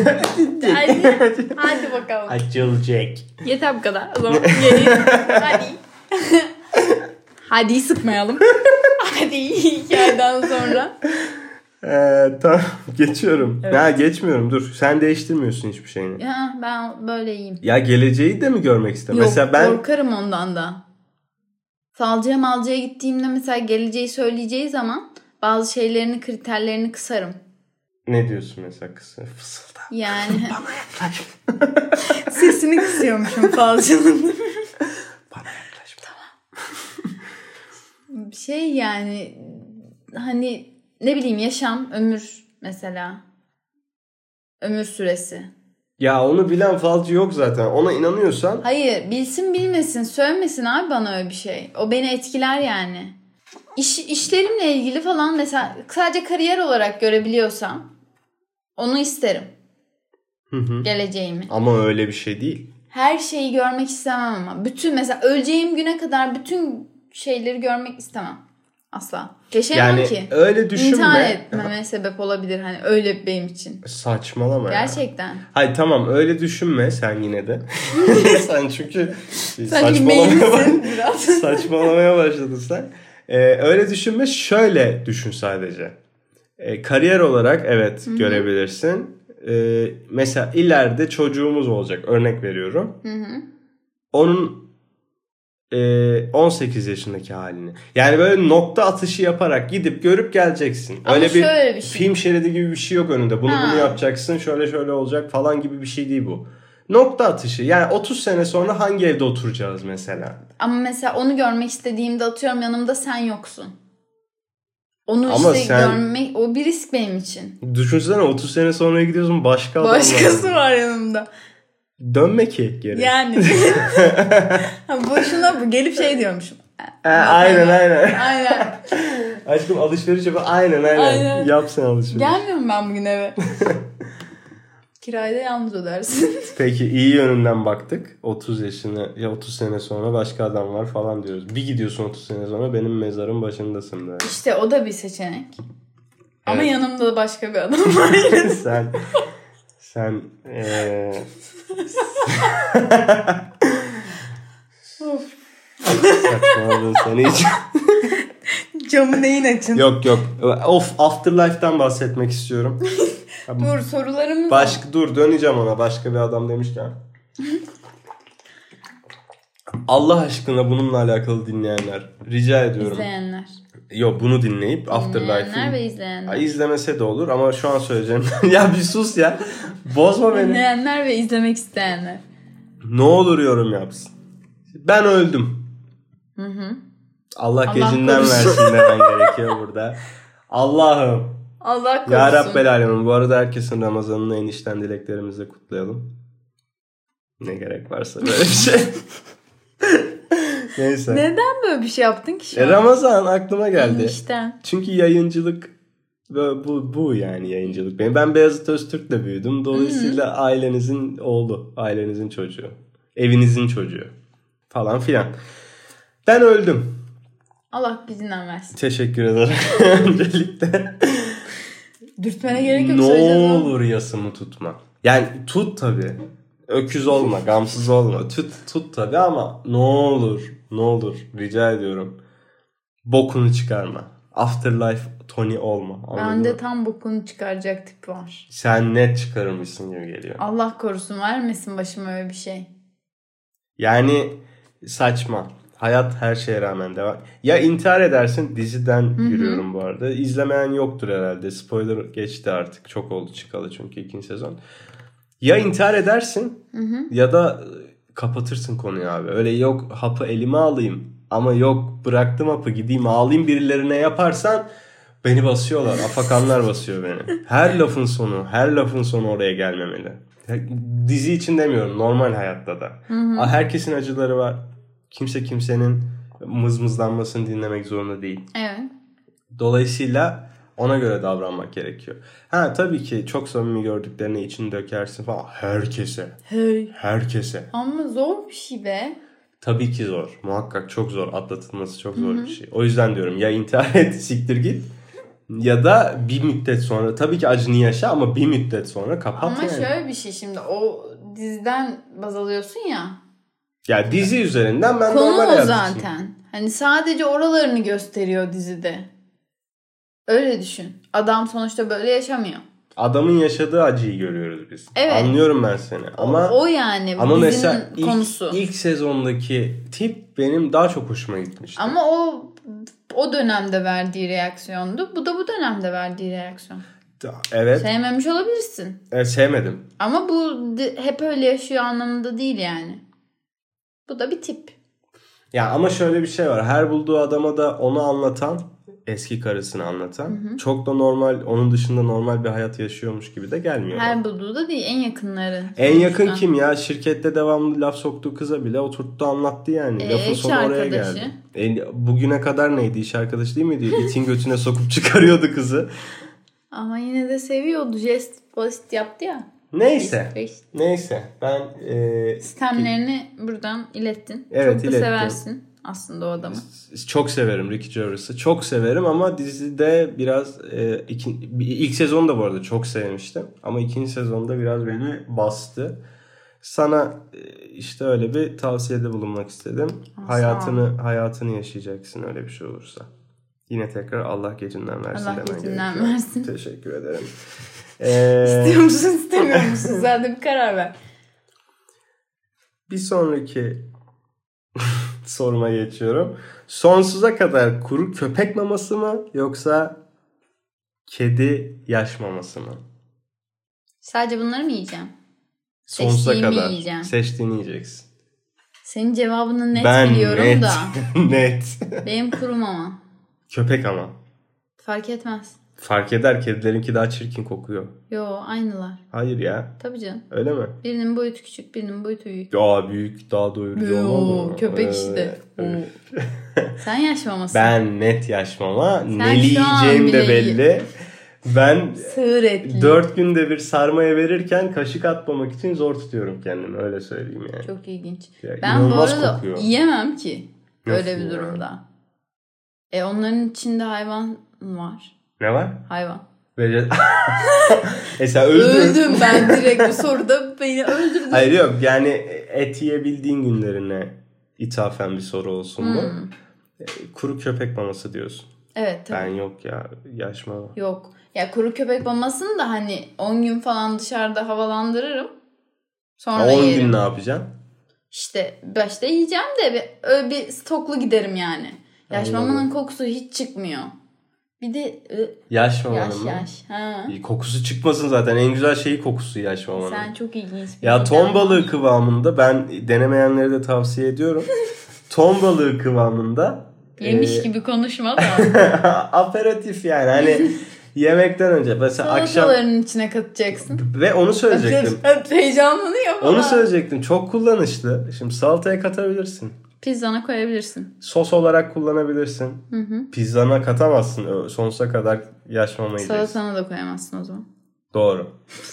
Hadi bakalım. Açılacak. Yeter bu kadar. O zaman gelin. Hadi. Hadi sıkmayalım. Hadi 2 aydan sonra. Tamam geçiyorum. Evet. Ya geçmiyorum dur. Sen değiştirmiyorsun hiçbir şeyini. Ya ben böyleyim. Ya geleceği de mi görmek istedim? Yok mesela ben korkarım ondan da. Falcıya malcıya gittiğimde mesela geleceği söyleyeceği zaman bazı şeylerini kriterlerini kısarım. Ne diyorsun mesela kısa? Fısılda. Yani. Bana yaklaş. Sesini kısıyormuşum falcının. Bana yaklaş. Tamam. Şey yani hani ne bileyim yaşam, ömür mesela. Ömür süresi. Ya onu bilen falcı yok zaten. Ona inanıyorsan. Hayır bilsin bilmesin söylemesin abi bana öyle bir şey. O beni etkiler yani. İşlerimle ilgili falan mesela sadece kariyer olarak görebiliyorsam onu isterim. Hı. Geleceğimi. Ama öyle bir şey değil. Her şeyi görmek istemem ama. Bütün mesela öleceğim güne kadar bütün şeyleri görmek istemem. Asla. Yaşayamam yani, ki. Öyle düşünme. İntihar etmeme sebep olabilir hani öyle benim için. Saçmalama gerçekten. Ya. Hayır tamam öyle düşünme sen yine de. Sen çünkü saçmalamaya başladın sen. Öyle düşünme şöyle düşün sadece. Kariyer olarak evet Hı-hı. görebilirsin. Mesela ileride çocuğumuz olacak örnek veriyorum. Hı-hı. Onun 18 yaşındaki halini. Yani böyle nokta atışı yaparak gidip görüp geleceksin. Ama öyle bir şey. film şeridi gibi bir şey yok önünde. Bunu yapacaksın şöyle olacak falan gibi bir şey değil bu. Nokta atışı. Yani 30 sene sonra hangi evde oturacağız mesela? Ama mesela onu görmek istediğimde atıyorum yanımda sen yoksun. Onu ama işte görmek o bir risk benim için. Düşünsene 30 sene sonra gidiyorsun başkası var yanımda. Dönme ki geri. Yani. Boşuna bu gelip şey diyormuşum. Aynen. Aşkım alışveriş yap. Aynen. Yap sen alışveriş. Gelmiyorum ben bugün eve. Kirayı da yalnız ödersin. Peki iyi yönünden baktık. 30 sene sonra başka adam var falan diyoruz. Bir gidiyorsun 30 sene sonra benim mezarın başındasın böyle. İşte o da bir seçenek. Evet. Ama yanımda da başka bir adam var. sen saçmaladın sen hiç. Camı neyin açın? Yok. Afterlife'dan bahsetmek istiyorum. Dur sorularımız Dur döneceğim ona başka bir adam demişken. Allah aşkına bununla alakalı dinleyenler rica ediyorum. İzleyenler. Yok bunu dinleyip Afterlife'ı. Dinleyenler ve izleyenler. İzlemese de olur ama şu an söyleyeceğim. Ya bir sus ya. Bozma beni. Dinleyenler ve izlemek isteyenler. Ne olur yorum yapsın. Ben öldüm. Hı. Allah gecinden versin demen gerekiyor burada. Allah'ım. Allah korusun. Ya Rabbel Alemin. Bu arada herkesin Ramazan'ını en içten dileklerimizle kutlayalım. Ne gerek varsa böyle bir şey. Neyse. Neden böyle bir şey yaptın ki şu an? Ramazan aklıma geldi. İşte. Çünkü yayıncılık bu yani yayıncılık. Ben Beyazıt Öztürk'le büyüdüm. Dolayısıyla ailenizin oğlu, ailenizin çocuğu, evinizin çocuğu falan filan. Ben öldüm. Allah gücünden versin. Teşekkür ederim. Öncelikle. Dürtmene gerek yok. Ne olur yasımı tutma. Yani tut tabii. Öküz olma, gamsız olma. Tut tabii ama ne olur rica ediyorum. Bokunu çıkarma. Afterlife Tony olma. Bende tam bokunu çıkaracak tip var. Sen net çıkarmışsın gibi geliyor. Allah korusun vermesin başıma öyle bir şey. Yani saçma. Hayat her şeye rağmen devam. Ya intihar edersin diziden yürüyorum bu arada. İzlemeyen yoktur herhalde. Spoiler geçti artık. Çok oldu çıkalı çünkü 2. sezon. Ya intihar edersin ya da kapatırsın konuyu abi. Öyle yok hapı elime alayım. Ama yok bıraktım hapı gideyim ağlayayım birilerine yaparsan beni basıyorlar. Afakanlar basıyor beni. Her lafın sonu oraya gelmemeli. Dizi için demiyorum, normal hayatta da. Herkesin acıları var. Kimse kimsenin mızmızlanmasını dinlemek zorunda değil. Evet. Dolayısıyla ona göre davranmak gerekiyor. Tabii ki çok samimi gördüklerine içini dökersin falan. Herkese. Ama zor bir şey be. Tabii ki zor. Muhakkak çok zor. Atlatılması çok zor bir şey. O yüzden diyorum ya intihar et, siktir git. Ya da bir müddet sonra tabii ki acını yaşa ama bir müddet sonra kapat ama yani. Ama şöyle bir şey, şimdi o diziden baz alıyorsun ya. Ya dizi üzerinden ben konu normal o zaten. Hani sadece oralarını gösteriyor dizide. Öyle düşün. Adam sonuçta böyle yaşamıyor. Adamın yaşadığı acıyı görüyoruz biz. Evet. Anlıyorum ben seni. Ama o yani ama dizinin mesela konusu. ilk sezondaki tip benim daha çok hoşuma gitmişti. Ama o dönemde verdiği reaksiyondu. Bu da bu dönemde verdiği reaksiyon. Evet. Sevmemiş olabilirsin. Evet, sevmedim. Ama bu hep öyle yaşıyor anlamında değil yani. Bu da bir tip. Ya ama şöyle bir şey var. Her bulduğu adama da onu anlatan, eski karısını anlatan, çok da normal, onun dışında normal bir hayat yaşıyormuş gibi de gelmiyor. Her bulduğu da değil, en yakınları. En yakın kim ya? Şirkette devamlı laf soktuğu kıza bile oturttu anlattı yani. Lafın sonu oraya geldi. Bugüne kadar neydi? İş arkadaşı değil miydi? İtin götüne sokup çıkarıyordu kızı. Ama yine de seviyordu. Jest basit yaptı ya. Neyse. Ben sistemlerini buradan ilettin. Evet, çok da ilettim. Seversin aslında o adamı. Çok severim Ricky Gervais'ı. Çok severim ama dizide biraz ilk sezonu da bu arada çok sevmiştim. Ama ikinci sezonda biraz beni bastı. Sana işte öyle bir tavsiyede bulunmak istedim. Hayatını yaşayacaksın öyle bir şey olursa. Yine tekrar Allah gecinden versin demen gerekiyor. Allah gecinden versin. Teşekkür ederim. İstiyor musun istemiyor musun? Sen de bir karar ver. Bir sonraki soruma geçiyorum. Sonsuza kadar kuru köpek maması mı yoksa kedi yaş maması mı? Sadece bunları mı yiyeceğim? Sonsuza kadar. Seçtiğini yiyeceksin. Senin cevabını net biliyorum da. Net. Benim kuru mama. Köpek ama. Fark etmez. Fark eder. Kedilerinki daha çirkin kokuyor. Yo, aynılar. Hayır ya. Tabii canım. Öyle mi? Birinin boyutu küçük, birinin boyutu büyük. Ya büyük daha doyurucu olmaz mı? Köpek işte. Sen yaş mamasın. Ben net yaş mama. Neli yiyeceğim de belli. Ben 4 günde bir sarmaya verirken kaşık atmamak için zor tutuyorum kendimi. Öyle söyleyeyim yani. Çok ilginç. Ya, ben bu arada kokuyor. Yiyemem ki. Öyle bir durumda. Onların içinde hayvan var. Ne var? Hayvan. Sen öldün. Öldüm ben direkt bu soruda, beni öldürdün. Hayır yok yani et yiyebildiğin günlerine ithafen bir soru olsun bu. Kuru köpek maması diyorsun. Evet tabii. Ben yok ya yaş mama. Yok. Ya kuru köpek mamasını da hani 10 gün falan dışarıda havalandırırım. Sonra 10 yerim. gün ne yapacaksın? İşte başta yiyeceğim de öyle bir stoklu giderim yani. Yaş mamanın kokusu hiç çıkmıyor. Bir de yaş mamanın mı? Yaş. Ha. Kokusu çıkmasın zaten. En güzel şeyi kokusu yaş mamanın. Sen çok ilginç bir ya ton balığı kıvamında, ben denemeyenlere de tavsiye ediyorum. Ton balığı kıvamında. Yemiş gibi konuşma da. Aperatif yani hani yemekten önce mesela akşam. Salataların içine katacaksın. Ve onu söyleyecektim. Heyecanlanıyor falan. Onu söyleyecektim. Çok kullanışlı. Şimdi salataya katabilirsin. Pizzana koyabilirsin. Sos olarak kullanabilirsin. Pizzana katamazsın. Sonsuza kadar yaş mama yiyeceksin. Salatana da koyamazsın o zaman. Doğru.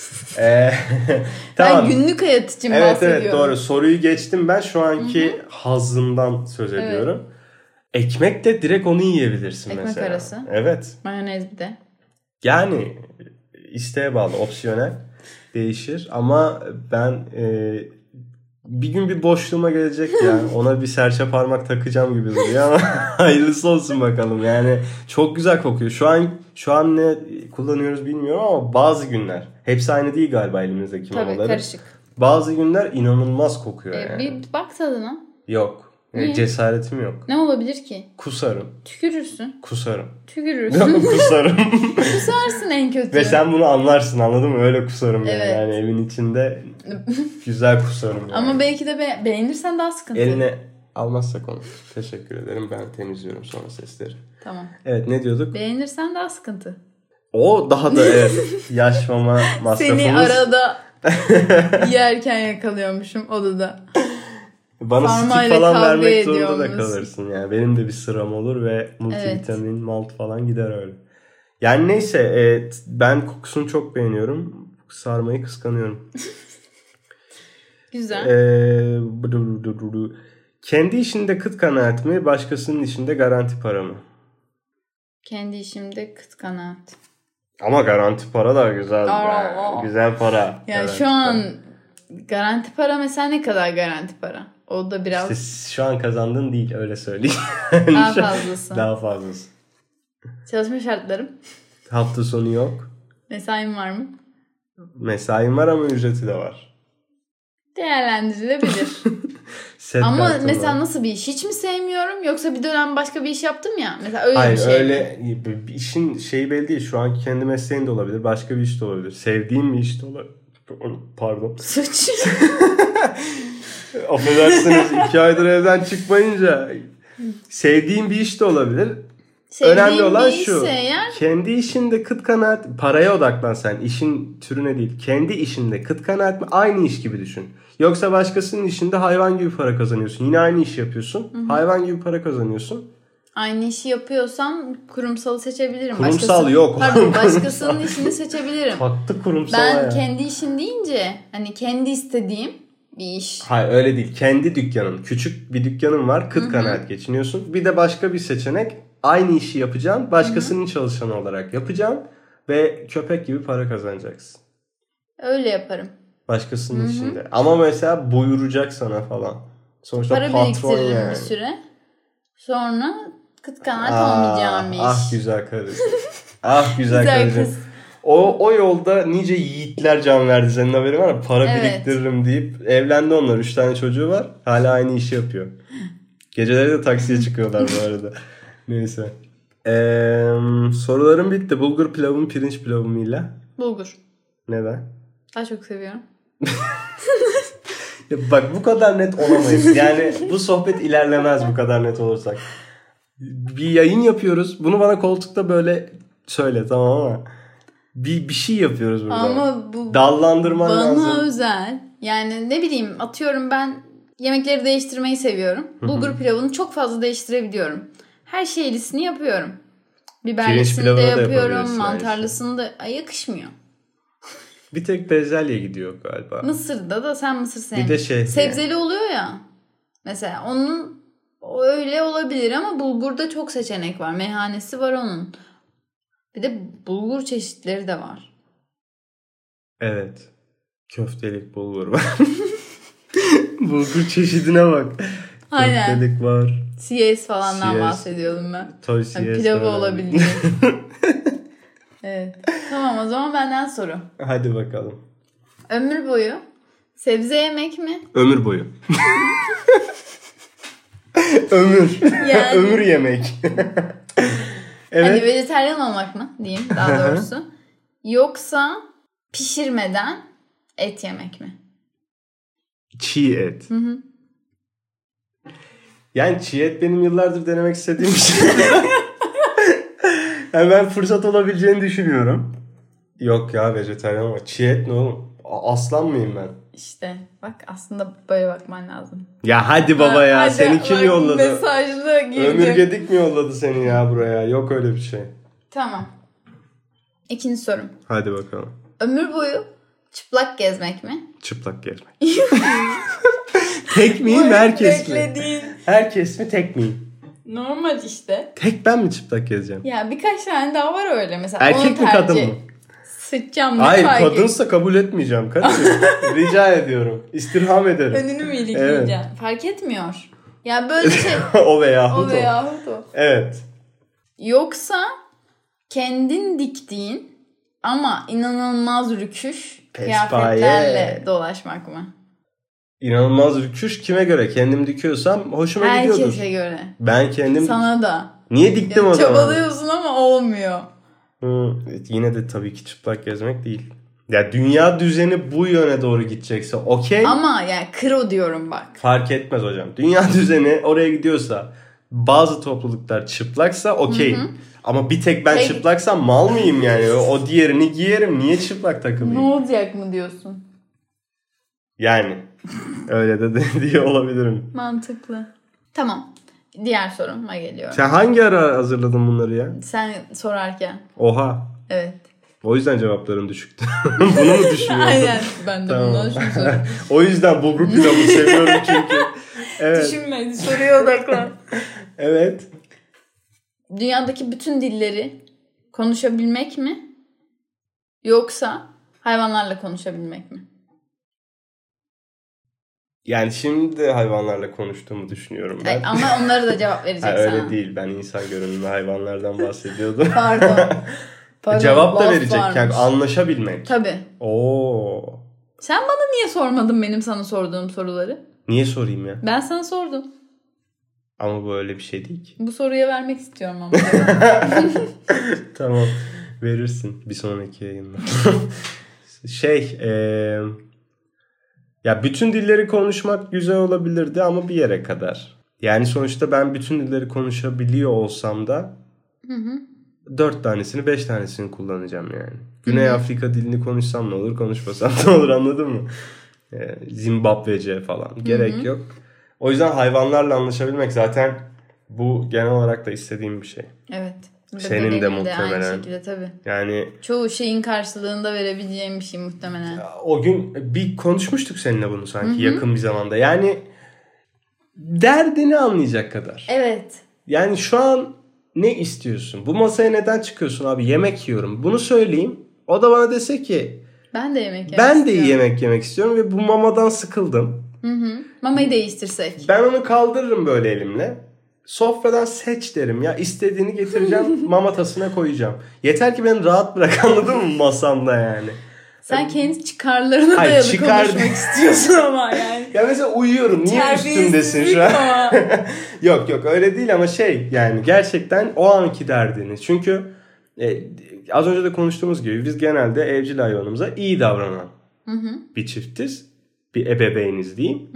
Tamam. Ben günlük hayat için bahsediyorum. Evet doğru. Soruyu geçtim ben. Şu anki hazzımdan söz ediyorum. Ekmek de direkt onu yiyebilirsin ekmek mesela. Ekmek arası. Evet. Mayonez bir de. Yani isteğe bağlı. Opsiyonel. Değişir. Ama ben bir gün bir boşluğuma gelecek ya. Ona bir serçe parmak takacağım gibi duruyor ama hayırlısı olsun bakalım. Yani çok güzel kokuyor. Şu an ne kullanıyoruz bilmiyorum ama bazı günler. Hepsi aynı değil galiba elimizdeki mamaları. Tabii karışık. Bazı günler inanılmaz kokuyor yani. Bir bak tadına. Yok. Cesaretim yok. Ne olabilir ki? Kusarım. Tükürürsün. Kusarım. Tükürürsün. Kusarım. Kusarsın en kötü. Ve sen bunu anlarsın, anladın mı? Öyle kusarım yani. Yani evin içinde güzel kusarım yani. Ama belki de beğenirsen daha sıkıntı. Eline Almazsak onu. Teşekkür ederim. Ben temizliyorum sonra sesleri. Tamam. Evet, ne diyorduk? Beğenirsen daha sıkıntı. O daha da evet. Yaşmama masrafımız. Seni arada yerken yakalıyormuşum odada. Bana stik falan vermek zorunda da kalırsın. Yani benim de bir sıram olur ve multivitamin, malt falan gider öyle. Yani neyse, ben kokusunu çok beğeniyorum. Sarmayı kıskanıyorum. Güzel. Kendi işinde kıt kanaat mi, başkasının işinde garanti para mı? Kendi işimde kıt kanaat. Ama garanti para da güzel. Güzel para. Yani şu an garanti para mesela ne kadar garanti para? O da biraz... İşte şu an kazandığın değil, öyle söyleyeyim. Daha fazlası. Daha fazlası. Çalışma şartlarım. Hafta sonu yok. Mesaim var mı? Mesaim var ama ücreti de var. Değerlendirilebilir. Ama mesela var. Nasıl bir iş? Hiç mi sevmiyorum? Yoksa bir dönem başka bir iş yaptım ya. Mesela öyle hayır, bir şey. Öyle işin şeyi belli değil. Şu an kendi mesleğin de olabilir. Başka bir iş de olabilir. Sevdiğim bir iş de olabilir. Pardon. Suç. Affedersiniz, 2 aydır evden çıkmayınca. Sevdiğim bir iş de olabilir. Önemli olan şu. Kendi işinde kıt kanaat, paraya odaklan sen. İşin türüne değil. Kendi işinde kıt kanaat mi? Aynı iş gibi düşün. Yoksa başkasının işinde hayvan gibi para kazanıyorsun. Yine aynı işi yapıyorsun. Hı-hı. Hayvan gibi para kazanıyorsun. Aynı işi yapıyorsam kurumsalı seçebilirim. Kurumsal yok. Pardon, başkasının işini seçebilirim. Taktı kurumsal ben ya. Kendi işin deyince hani kendi istediğim bir iş. Hayır, öyle değil. Kendi dükkanın. Küçük bir dükkanın var. Kıt kanaat geçiniyorsun. Bir de başka bir seçenek. Aynı işi yapacaksın. Başkasının çalışanı olarak yapacaksın. Ve köpek gibi para kazanacaksın. Öyle yaparım. Başkasının işinde. Ama mesela buyuracak sana falan. Sonuçta para patron biriktiririm yani. Bir süre. Sonra kıt kanaat olmayacağım iş. Ah güzel karıcığım. Ah güzel karıcığım. O yolda nice yiğitler can verdi, senin haberin var mı? Para biriktiririm deyip evlendi onlar. 3 tane çocuğu var. Hala aynı işi yapıyor. Geceleri de taksiye çıkıyorlar bu arada. Neyse. Sorularım bitti. Bulgur pilavı mı, pirinç pilavı mıyla? Bulgur. Neden? Daha çok seviyorum. Ya bak, bu kadar net olamayız. Yani bu sohbet ilerlemez bu kadar net olursak. Bir yayın yapıyoruz. Bunu bana koltukta böyle söyle, tamam ama bir şey yapıyoruz burada. Ama bu dallandırman lazım. Bana özel. Yani ne bileyim, atıyorum ben yemekleri değiştirmeyi seviyorum. Bulgur pilavını çok fazla değiştirebiliyorum. Her şeylisini yapıyorum. Biberlisini de yapıyorum. Mantarlısını da yakışmıyor. Bir tek bezelye gidiyor galiba. Mısır'da da sen mısır sevmiyorsun. Bir de şey. Sebzeli oluyor ya. Mesela onun öyle olabilir ama bulgurda çok seçenek var. Meyhanesi var onun. Bir de bulgur çeşitleri de var. Evet. Köftelik bulgur var. Bulgur çeşidine bak. Aynen. Köftelik var. CS falandan bahsediyordum ben. Tabii CS. Yani pilavı olabildiği. Evet. Tamam, o zaman benden soru. Hadi bakalım. Ömür boyu sebze yemek mi? Ömür boyu. Ömür. Yani... Ömür yemek. Evet. Hani vejetaryen olmak mı diyeyim daha doğrusu. Yoksa pişirmeden et yemek mi? Çiğ et. Hı. Yani çiğ et benim yıllardır denemek istediğim bir şey. Yani ben fırsat olabileceğini düşünüyorum. Yok ya, vejetaryen ama çiğ et ne oğlum? Aslan mıyım ben? İşte bak, aslında böyle bakman lazım. Ya hadi baba ya, hadi, seni kim yolladı? Mesajlı girdim. Ömür Gedik mi yolladı seni ya buraya? Yok öyle bir şey. Tamam. İkinci sorum. Hadi bakalım. Ömür boyu çıplak gezmek mi? Çıplak gezmek. Tek miyim, herkes mi? Herkes mi, tek miyim? Normal işte. Tek ben mi çıplak gezeceğim? Ya birkaç tane daha var öyle mesela. Erkek mi kadın mı? Sıçacağım. Hayır, kadınsa kabul etmeyeceğim. Rica ediyorum. İstirham ederim. Önünü mü ilikleyeceğim? Evet. Fark etmiyor. Ya böyle şey. O veyahut o. Veyahut o. Evet. Yoksa kendin diktiğin ama inanılmaz rüküş kıyafetlerle dolaşmak mı? İnanılmaz rüküş kime göre? Kendim dikiyorsam hoşuma gidiyordur. Herkese göre. Ben kendim... Sana da. Niye diktim o zaman? Çabalıyorsun ama olmuyor. Yine de tabii ki çıplak gezmek değil. Ya dünya düzeni bu yöne doğru gidecekse okey. Ama yani kro diyorum bak. Fark etmez hocam. Dünya düzeni oraya gidiyorsa, bazı topluluklar çıplaksa okey. Ama bir tek ben çıplaksam mal mıyım yani? O diğerini giyerim. Niye çıplak takılayım? Ne olacak mı diyorsun? Yani öyle de diye olabilirim. Mantıklı. Tamam. Diğer soruma geliyorum. Sen hangi ara hazırladın bunları ya? Sen sorarken. Oha. Evet. O yüzden cevapların düşüktü. Bunu mu düşünüyorsun? Aynen. Ben de bundan düşünüyorum. O yüzden bulgur pilavı seviyorum çünkü. Evet. Düşünme. Soruya odaklan. Evet. Dünyadaki bütün dilleri konuşabilmek mi? Yoksa hayvanlarla konuşabilmek mi? Yani şimdi hayvanlarla konuştuğumu düşünüyorum ben. Ama onlara da cevap vereceksin. Öyle değil. Ben insan görünümlü hayvanlardan bahsediyordum. Pardon. Cevap da verecek. Yani anlaşabilmek. Tabii. Oo. Sen bana niye sormadın benim sana sorduğum soruları? Niye sorayım ya? Ben sana sordum. Ama bu öyle bir şey değil ki. Bu soruya vermek istiyorum ama. Tamam. Verirsin bir sonraki yayında. Ya bütün dilleri konuşmak güzel olabilirdi ama bir yere kadar. Yani sonuçta ben bütün dilleri konuşabiliyor olsam da 4 tanesini 5 tanesini kullanacağım yani. Güney Afrika dilini konuşsam ne olur, konuşmasam ne olur, anladın mı? Zimbabwece falan. Gerek yok. O yüzden hayvanlarla anlaşabilmek zaten bu genel olarak da istediğim bir şey. Evet. Senin de muhtemelen. Aynı şekilde tabii. Yani çoğu şeyin karşılığında verebileceğim bir şey muhtemelen. O gün bir konuşmuştuk seninle bunu sanki yakın bir zamanda. Yani derdini anlayacak kadar. Evet. Yani şu an ne istiyorsun? Bu masaya neden çıkıyorsun abi? Yemek yiyorum. Bunu söyleyeyim. O da bana dese ki ben de yemek yemek ben de yemek yemek istiyorum ve bu mamadan sıkıldım. Mamayı değiştirsek. Ben onu kaldırırım böyle elimle. Sofradan seç derim ya. İstediğini getireceğim, mama tasına koyacağım. Yeter ki beni rahat bırak, anladın mı, masamda yani. Sen kendi çıkarlarına dayalı konuşmak istiyorsun ama yani. Ya mesela uyuyorum. Niye üstümdesin şu an? Yok öyle değil ama yani gerçekten o anki derdini. Çünkü az önce de konuştuğumuz gibi biz genelde evcil hayvanımıza iyi davranan bir çiftiz. Bir ebeveyniz diyeyim.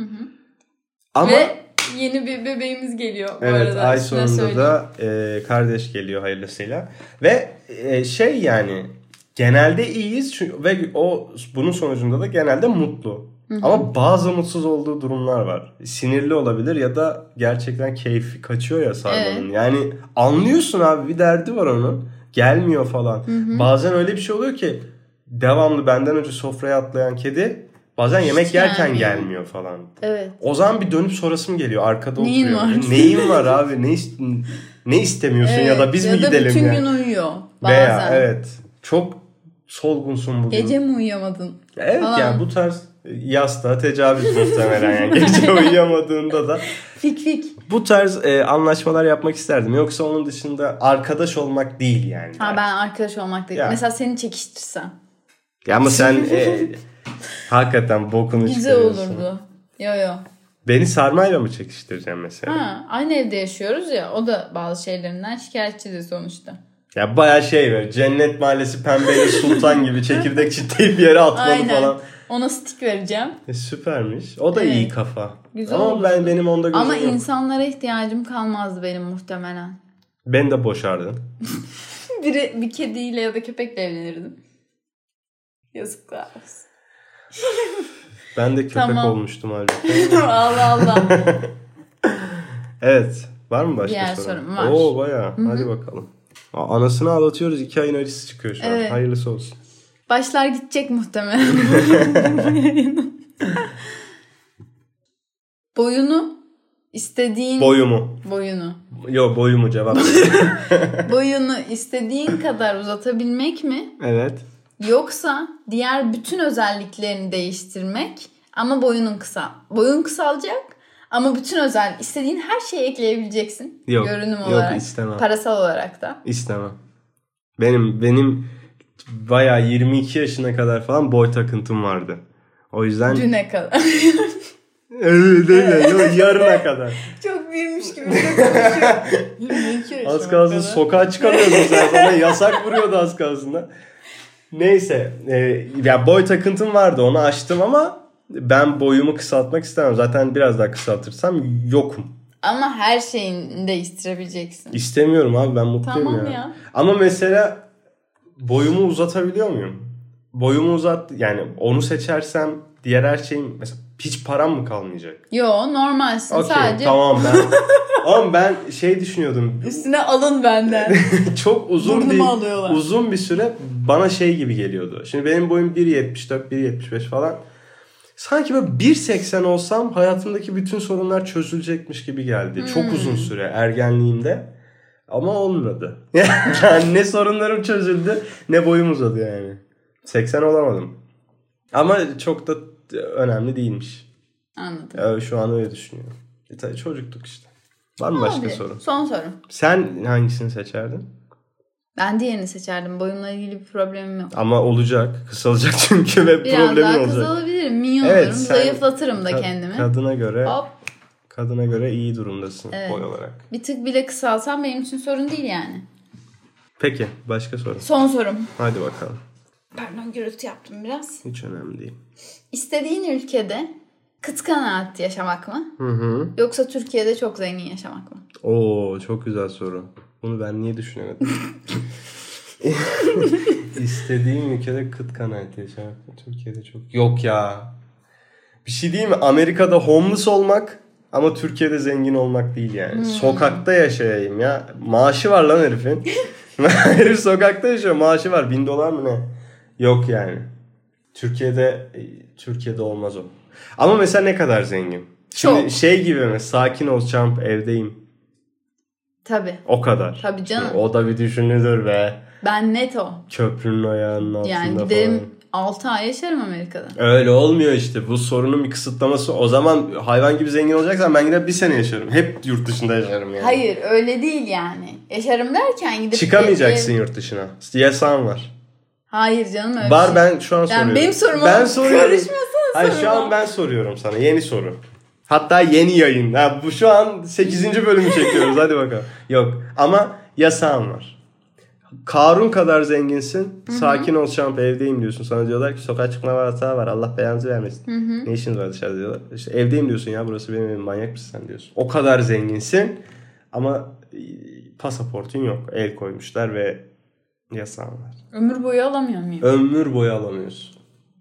Ama ve yeni bir bebeğimiz geliyor bu evet, arada. Ay sonunda da kardeş geliyor hayırlısıyla. Ve yani genelde iyiyiz ve bunun sonucunda da genelde mutlu. Ama bazı mutsuz olduğu durumlar var. Sinirli olabilir ya da gerçekten keyfi kaçıyor ya Sarman'ın. Evet. Yani anlıyorsun abi, bir derdi var onun. Gelmiyor falan. Bazen öyle bir şey oluyor ki devamlı benden önce sofraya atlayan kedi bazen yemek yerken gelmiyor falan. Evet. O zaman bir dönüp sorasım geliyor. Arkada neyin oturuyor. Var? Neyin var abi? Ne istemiyorsun ya da biz mi gidelim ya? Ya da bütün gün uyuyor bazen. Veya evet. Çok solgunsun bugün. Gece mi uyuyamadın? Evet falan. Yani bu tarz yastığa tecavüz muhtemelen yani. Gece uyuyamadığında da. Fik. Bu tarz anlaşmalar yapmak isterdim. Yoksa onun dışında arkadaş olmak değil yani. Ha, ben arkadaş olmak değil. Ya. Mesela seni çekiştirsem. Ya ama sen hakikaten bokunu çıkarıyorsun. Güzel olurdu. Yo. Beni sarmayla mı çekiştireceğim mesela? Ha, aynı evde yaşıyoruz ya. O da bazı şeylerinden şikayetçidir sonuçta. Ya bayağı böyle Cennet Mahallesi Pembeli Sultan gibi çekirdek çitleyip bir yere atmalı falan. Ona stick vereceğim. Süpermiş. O da iyi kafa. Güzel ama olur. Benim onda gözüm ama yok. Ama insanlara ihtiyacım kalmazdı benim muhtemelen. Ben de boşardın. Bir kediyle ya da köpekle evlenirdim. Yazıklar olsun. Ben de köpek olmuştum halbuki. Allah. Evet. Var mı başka diğer sorum? Var. Oo bayağı. Hadi bakalım. Anasını ağlatıyoruz. 2 ayın acısı çıkıyor şu an. Evet. Hayırlısı olsun. Başlar gidecek muhtemelen. Boyunu istediğin... Boyunu. Yok boyumu cevap. Boyunu istediğin kadar uzatabilmek mi? Evet. Yoksa diğer bütün özelliklerini değiştirmek ama boyun kısalacak ama bütün istediğin her şeyi ekleyebileceksin. Yok. Görünüm olarak. Yok istemem. Parasal olarak da. İstemem. Benim bayağı 22 yaşına kadar falan boy takıntım vardı. O yüzden... Düne kadar. Evet. Yarına kadar. Çok büyümüş gibi de konuşuyor. Az kalsın sokağa çıkamıyordun sen. Sana yasak vuruyordu az kalsın da. Neyse. Ya boy takıntım vardı, onu aştım ama ben boyumu kısaltmak istemem. Zaten biraz daha kısaltırsam yokum. Ama her şeyini değiştirebileceksin. İstemiyorum abi, ben mutluyum tamam ya. Ama mesela boyumu uzatabiliyor muyum? Boyumu yani onu seçersem diğer her şeyim, mesela hiç param mı kalmayacak? Yo, normalsin okay, sadece. Tamam ben. Ama ben düşünüyordum. Üstüne alın benden. Çok uzun bir süre bana şey gibi geliyordu. Şimdi benim boyum 1.74, 1.75 falan. Sanki böyle 1.80 olsam hayatımdaki bütün sorunlar çözülecekmiş gibi geldi. Çok uzun süre ergenliğimde. Ama olmadı. Yani ne sorunlarım çözüldü ne boyum uzadı yani. 80 olamadım. Ama çok da önemli değilmiş. Anladım. Şu an öyle düşünüyorum. Tabii çocuktuk işte. Var mı başka soru? Son soru. Sen hangisini seçerdin? Ben diğerini seçerdim. Boyumla ilgili bir problemim yok. Ama olacak. Kısalacak çünkü ve problemin olacak. Biraz daha kısalabilirim. Minyon olurum. Zayıflatırım da kendimi. Kadına göre iyi durumdasın boy olarak. Bir tık bile kısalsam benim için sorun değil yani. Peki. Başka soru. Son sorum. Hadi bakalım. Pardon, gürültü yaptım biraz. Hiç önemli değil. İstediğin ülkede kıt kanaat yaşamak mı? Hı. Yoksa Türkiye'de çok zengin yaşamak mı? Oo, çok güzel soru. Bunu ben niye düşünemedim? İstediğim ülkede kıt kanaat yaşamak mı? Türkiye'de çok... Yok ya. Bir şey değil mi? Amerika'da homeless olmak ama Türkiye'de zengin olmak değil yani. Sokakta yaşayayım ya. Maaşı var lan herifin. Herif sokakta yaşıyor. Maaşı var. $1000 mı ne? Yok yani. Türkiye'de olmaz o. Ama mesela ne kadar zengin? Şimdi şey gibi mi? Sakin ol champ, evdeyim. Tabii. O kadar. Tabii canım. Şimdi o da bir düşünülür be. Ben net o. Köprünün ayağının altında yani falan. giderim 6 ay yaşarım Amerika'da. Öyle olmuyor işte. Bu sorunun bir kısıtlaması. O zaman hayvan gibi zengin olacaksan ben gider 1 sene yaşarım. Hep yurt dışında yaşarım yani. Hayır öyle değil yani. Yaşarım derken gidip... Çıkamayacaksın yurt dışına. Yasağın var. Hayır canım öyle var, ben şu an soruyorum. Benim soruma karışmasana. Hayır şu an ben soruyorum sana. Yeni soru. Hatta yeni yayın. Bu şu an 8. bölümü çekiyoruz. Hadi bakalım. Yok ama yasağın var. Karun kadar zenginsin. Hı-hı. Sakin ol şamp, evdeyim diyorsun. Sana diyorlar ki sokağa çıkma yasağı var. Allah belanızı vermesin. Hı-hı. Ne işiniz var dışarıda diyorlar. İşte evdeyim diyorsun ya, burası benim evim, manyak mısın sen diyorsun. O kadar zenginsin ama pasaportun yok. El koymuşlar ve yasağın var. Ömür boyu alamıyor muyum? Ömür boyu alamıyorsun.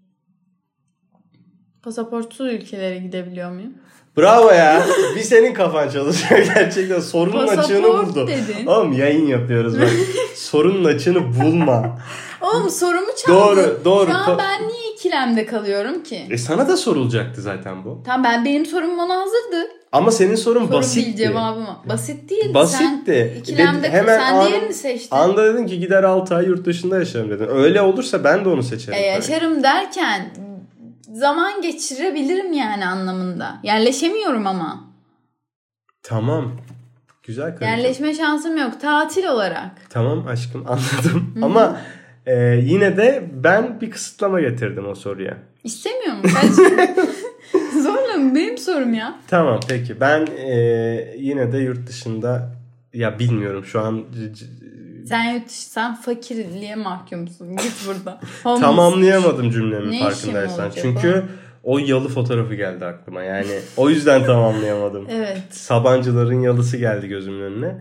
Pasaportsuz ülkelere gidebiliyor muyum? Bravo ya. Bir senin kafan çalışıyor gerçekten. Sorunun açığını buldu. Dedin. Oğlum yayın yapıyoruz bak. Sorunun açığını bulma. Oğlum sorumu çaldın. Doğru. Şu an ben niye ikilemde kalıyorum ki? Sana da sorulacaktı zaten bu. Tamam, benim sorum bana hazırdı. Ama senin sorun basitti. Soru değil, cevabım. Basit değil. Basitti. Sen ikilemde sen diğerini seçtin. Anda dedin ki gider 6 ay yurt dışında yaşarım dedin. Öyle olursa ben de onu seçerim. Yaşarım derken zaman geçirebilirim yani anlamında. Yerleşemiyorum ama. Tamam. Güzel kardeşim. Yerleşme şansım yok. Tatil olarak. Tamam aşkım, anladım. Hı-hı. Ama yine de ben bir kısıtlama getirdim o soruya. İstemiyor musun kardeşim? Zorla mı? Benim sorum ya. Tamam peki. Ben yine de yurt dışında ya bilmiyorum şu an... Sen fakirliğe mahkumsun. Git burada. Tamamlayamadım cümlemi farkındaysan. Çünkü o yalı fotoğrafı geldi aklıma. Yani o yüzden tamamlayamadım. Evet. Sabancıların yalısı geldi gözümün önüne.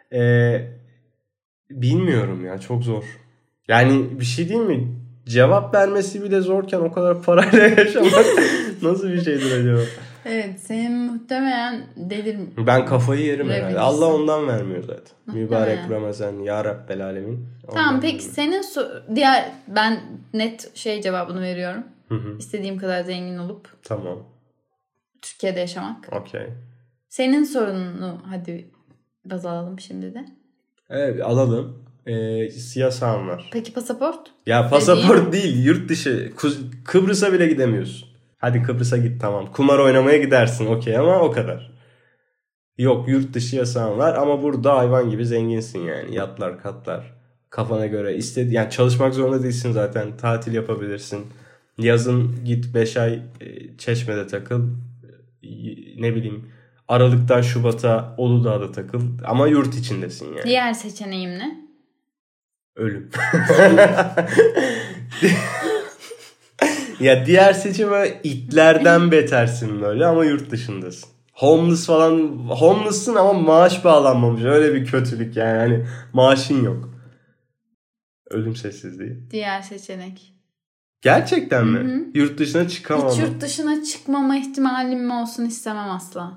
Bilmiyorum ya, çok zor. Yani bir şey değil mi? Cevap vermesi bile zorken o kadar parayla yaşamak nasıl bir şeydir acaba? Evet, senin muhtemelen ben kafayı yerim herhalde. Allah ondan vermiyor zaten. Mübarek Ramazan ya Rabbel Alemin. Tamam peki senin ben net cevabını veriyorum. Hı-hı. İstediğim kadar zengin olup. Tamam. Türkiye'de yaşamak. Okey. Senin sorununu hadi baz alalım şimdi de. Evet alalım. Yasağım var. Peki pasaport? Ya pasaport değil, yurt dışı. Kıbrıs'a bile gidemiyorsun. Hadi Kıbrıs'a git tamam. Kumar oynamaya gidersin okey ama o kadar. Yok, yurt dışı yasağın var ama burada hayvan gibi zenginsin yani. Yatlar, katlar, kafana göre yani çalışmak zorunda değilsin zaten. Tatil yapabilirsin. Yazın git 5 ay Çeşme'de takıl. Ne bileyim Aralık'tan Şubat'a Uludağ'da takıl ama yurt içindesin yani. Diğer seçeneğim ne? Ölüm. Ya diğer seçim böyle itlerden betersin böyle ama yurt dışındasın. Homeless'sın ama maaş bağlanmamış. Öyle bir kötülük yani. Hani maaşın yok. Ölüm sessizliği. Diğer seçenek. Gerçekten mi? Hı-hı. Yurt dışına çıkamam. Hiç yurt dışına çıkmama ihtimalim olsun istemem asla.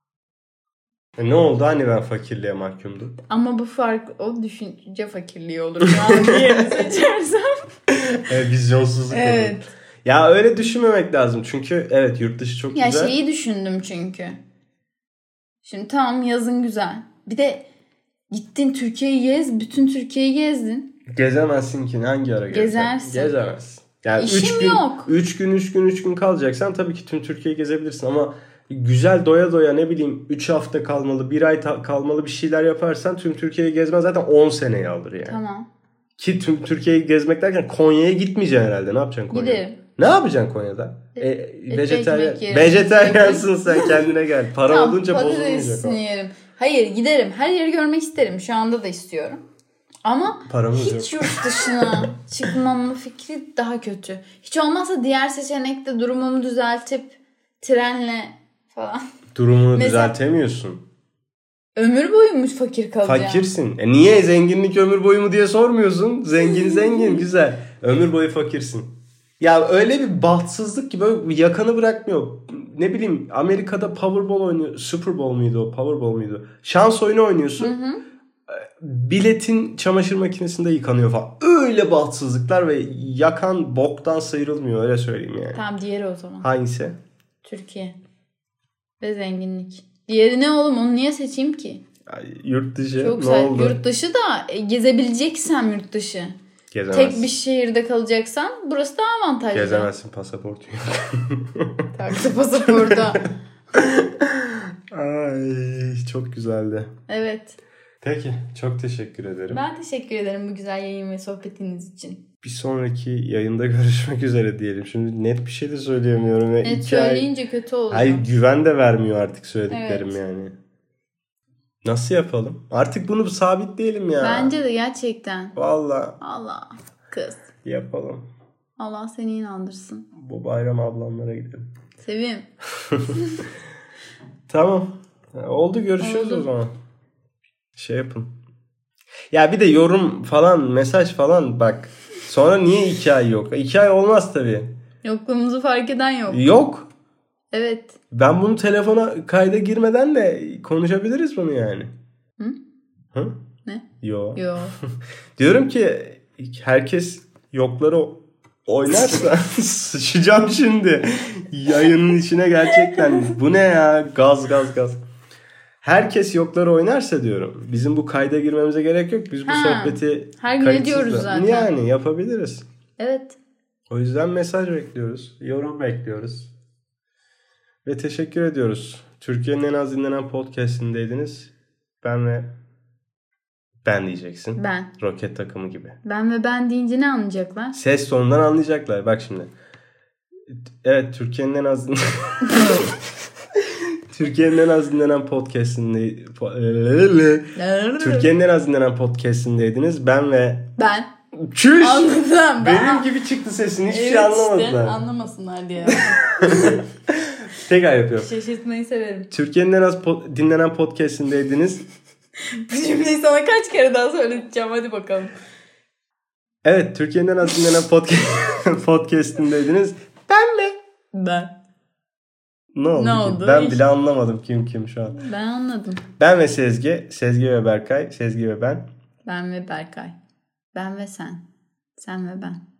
Ne oldu? Hani ben fakirliğe mahkumdum. Ama bu fark o düşünce fakirliği olur. Ben diğerini seçersem. Vizyonsuzluk evet. Olur. Ya öyle düşünmemek lazım. Çünkü evet yurt dışı çok güzel. Ya şeyi düşündüm çünkü. Şimdi tamam yazın güzel. Bir de gittin Türkiye'yi gez. Bütün Türkiye'yi gezdin. Gezemezsin ki. Hangi ara gezersin? Gezemezsin. Yani İşim yok. 3 gün kalacaksan tabii ki tüm Türkiye'yi gezebilirsin ama güzel doya doya ne bileyim 3 hafta kalmalı, 1 ay kalmalı bir şeyler yaparsan tüm Türkiye'yi gezmen zaten 10 seneyi alır yani. Tamam. Ki tüm Türkiye'yi gezmek derken Konya'ya gitmeyeceksin herhalde. Ne yapacaksın Konya'da? Giderim. Ne yapacaksın Konya'da? Vejetaryansın sen, kendine gel. Para tamam, olunca bozulmayacak. Yerim. Hayır giderim. Her yeri görmek isterim. Şu anda da istiyorum. Ama paramız hiç yok. Yurt dışına çıkmamın fikri daha kötü. Hiç olmazsa diğer seçenekte durumumu düzeltip trenle falan. Durumunu düzeltemiyorsun. Ömür boyu mu fakir kalacağım? Fakirsin. Niye zenginlik ömür boyu mu diye sormuyorsun? Zengin güzel. Ömür boyu fakirsin. Ya öyle bir bahtsızlık ki böyle yakanı bırakmıyor. Ne bileyim Amerika'da Powerball oynuyor. Super Bowl muydu o? Powerball muydu? Şans oyunu oynuyorsun. Hı. Biletin çamaşır makinesinde yıkanıyor falan. Öyle bahtsızlıklar ve yakan boktan sıyrılmıyor öyle söyleyeyim yani. Tamam diğeri o zaman. Hangisi? Türkiye. Ve zenginlik. Diğeri ne oğlum onu niye seçeyim ki? Yurt dışı çok ne oldu? Yurt dışı da gezebileceksem yurt dışı. Gezemezsin. Tek bir şehirde kalacaksan burası daha avantajlı. Gezemezsin pasaportun yok. Taksi pasaportu. Ay çok güzeldi. Evet. Peki çok teşekkür ederim. Ben teşekkür ederim bu güzel yayın ve sohbetiniz için. Bir sonraki yayında görüşmek üzere diyelim. Şimdi net bir şey de söyleyemiyorum. Net söyleyince kötü oluyor. Hayır güven de vermiyor artık söylediklerim yani. Nasıl yapalım? Artık bunu sabitleyelim ya. Bence de gerçekten. Vallahi. Allah kız. Yapalım. Allah seni inandırsın. Bu bayram ablamlara gidelim. Sevim. Tamam. Oldu görüşürüz o zaman. Şey yapın. Ya bir de yorum falan mesaj falan bak. Sonra niye 2 ay yok? 2 ay olmaz tabii. Yokluğumuzu fark eden yok. Yok. Evet. Ben bunu telefona kayda girmeden de konuşabiliriz bunu yani. Hı? Ne? Yo. Diyorum ki herkes yokları oynarsa sıçacağım şimdi. Yayının içine gerçekten. Bu ne ya? Gaz. Herkes yokları oynarsa diyorum. Bizim bu kayda girmemize gerek yok. Biz bu sohbeti her gün ediyoruz zaten. Yani yapabiliriz. Evet. O yüzden mesaj bekliyoruz. Yorum bekliyoruz. Ve teşekkür ediyoruz. Türkiye'nin en az dinlenen podcast'indeydiniz. Ben diyeceksin. Ben. Roket takımı gibi. Ben deyince ne anlayacaklar? Ses tonundan anlayacaklar. Bak şimdi. Evet Türkiye'nin en az Türkiye'nin en az dinlenen podcast'indeydiniz. Ben. Çüş. Anladım. Benim gibi çıktı sesin. Hiçbir şey anlamadılar. Işte, anlamasınlar diye. Tekrar yapıyorum. Şaşırtmayı severim. Türkiye'nin en az dinlenen podcast'indeydiniz. Bu cümleyi sana kaç kere daha söyleteceğim. Hadi bakalım. Evet. Türkiye'nin en az dinlenen podcast'indeydiniz. Ben. Ne oldu? Ben bile anlamadım kim şu an. Ben anladım. Ben ve Sezgi. Sezgi ve Berkay. Sezgi ve ben. Ben ve Berkay. Ben ve sen. Sen ve ben.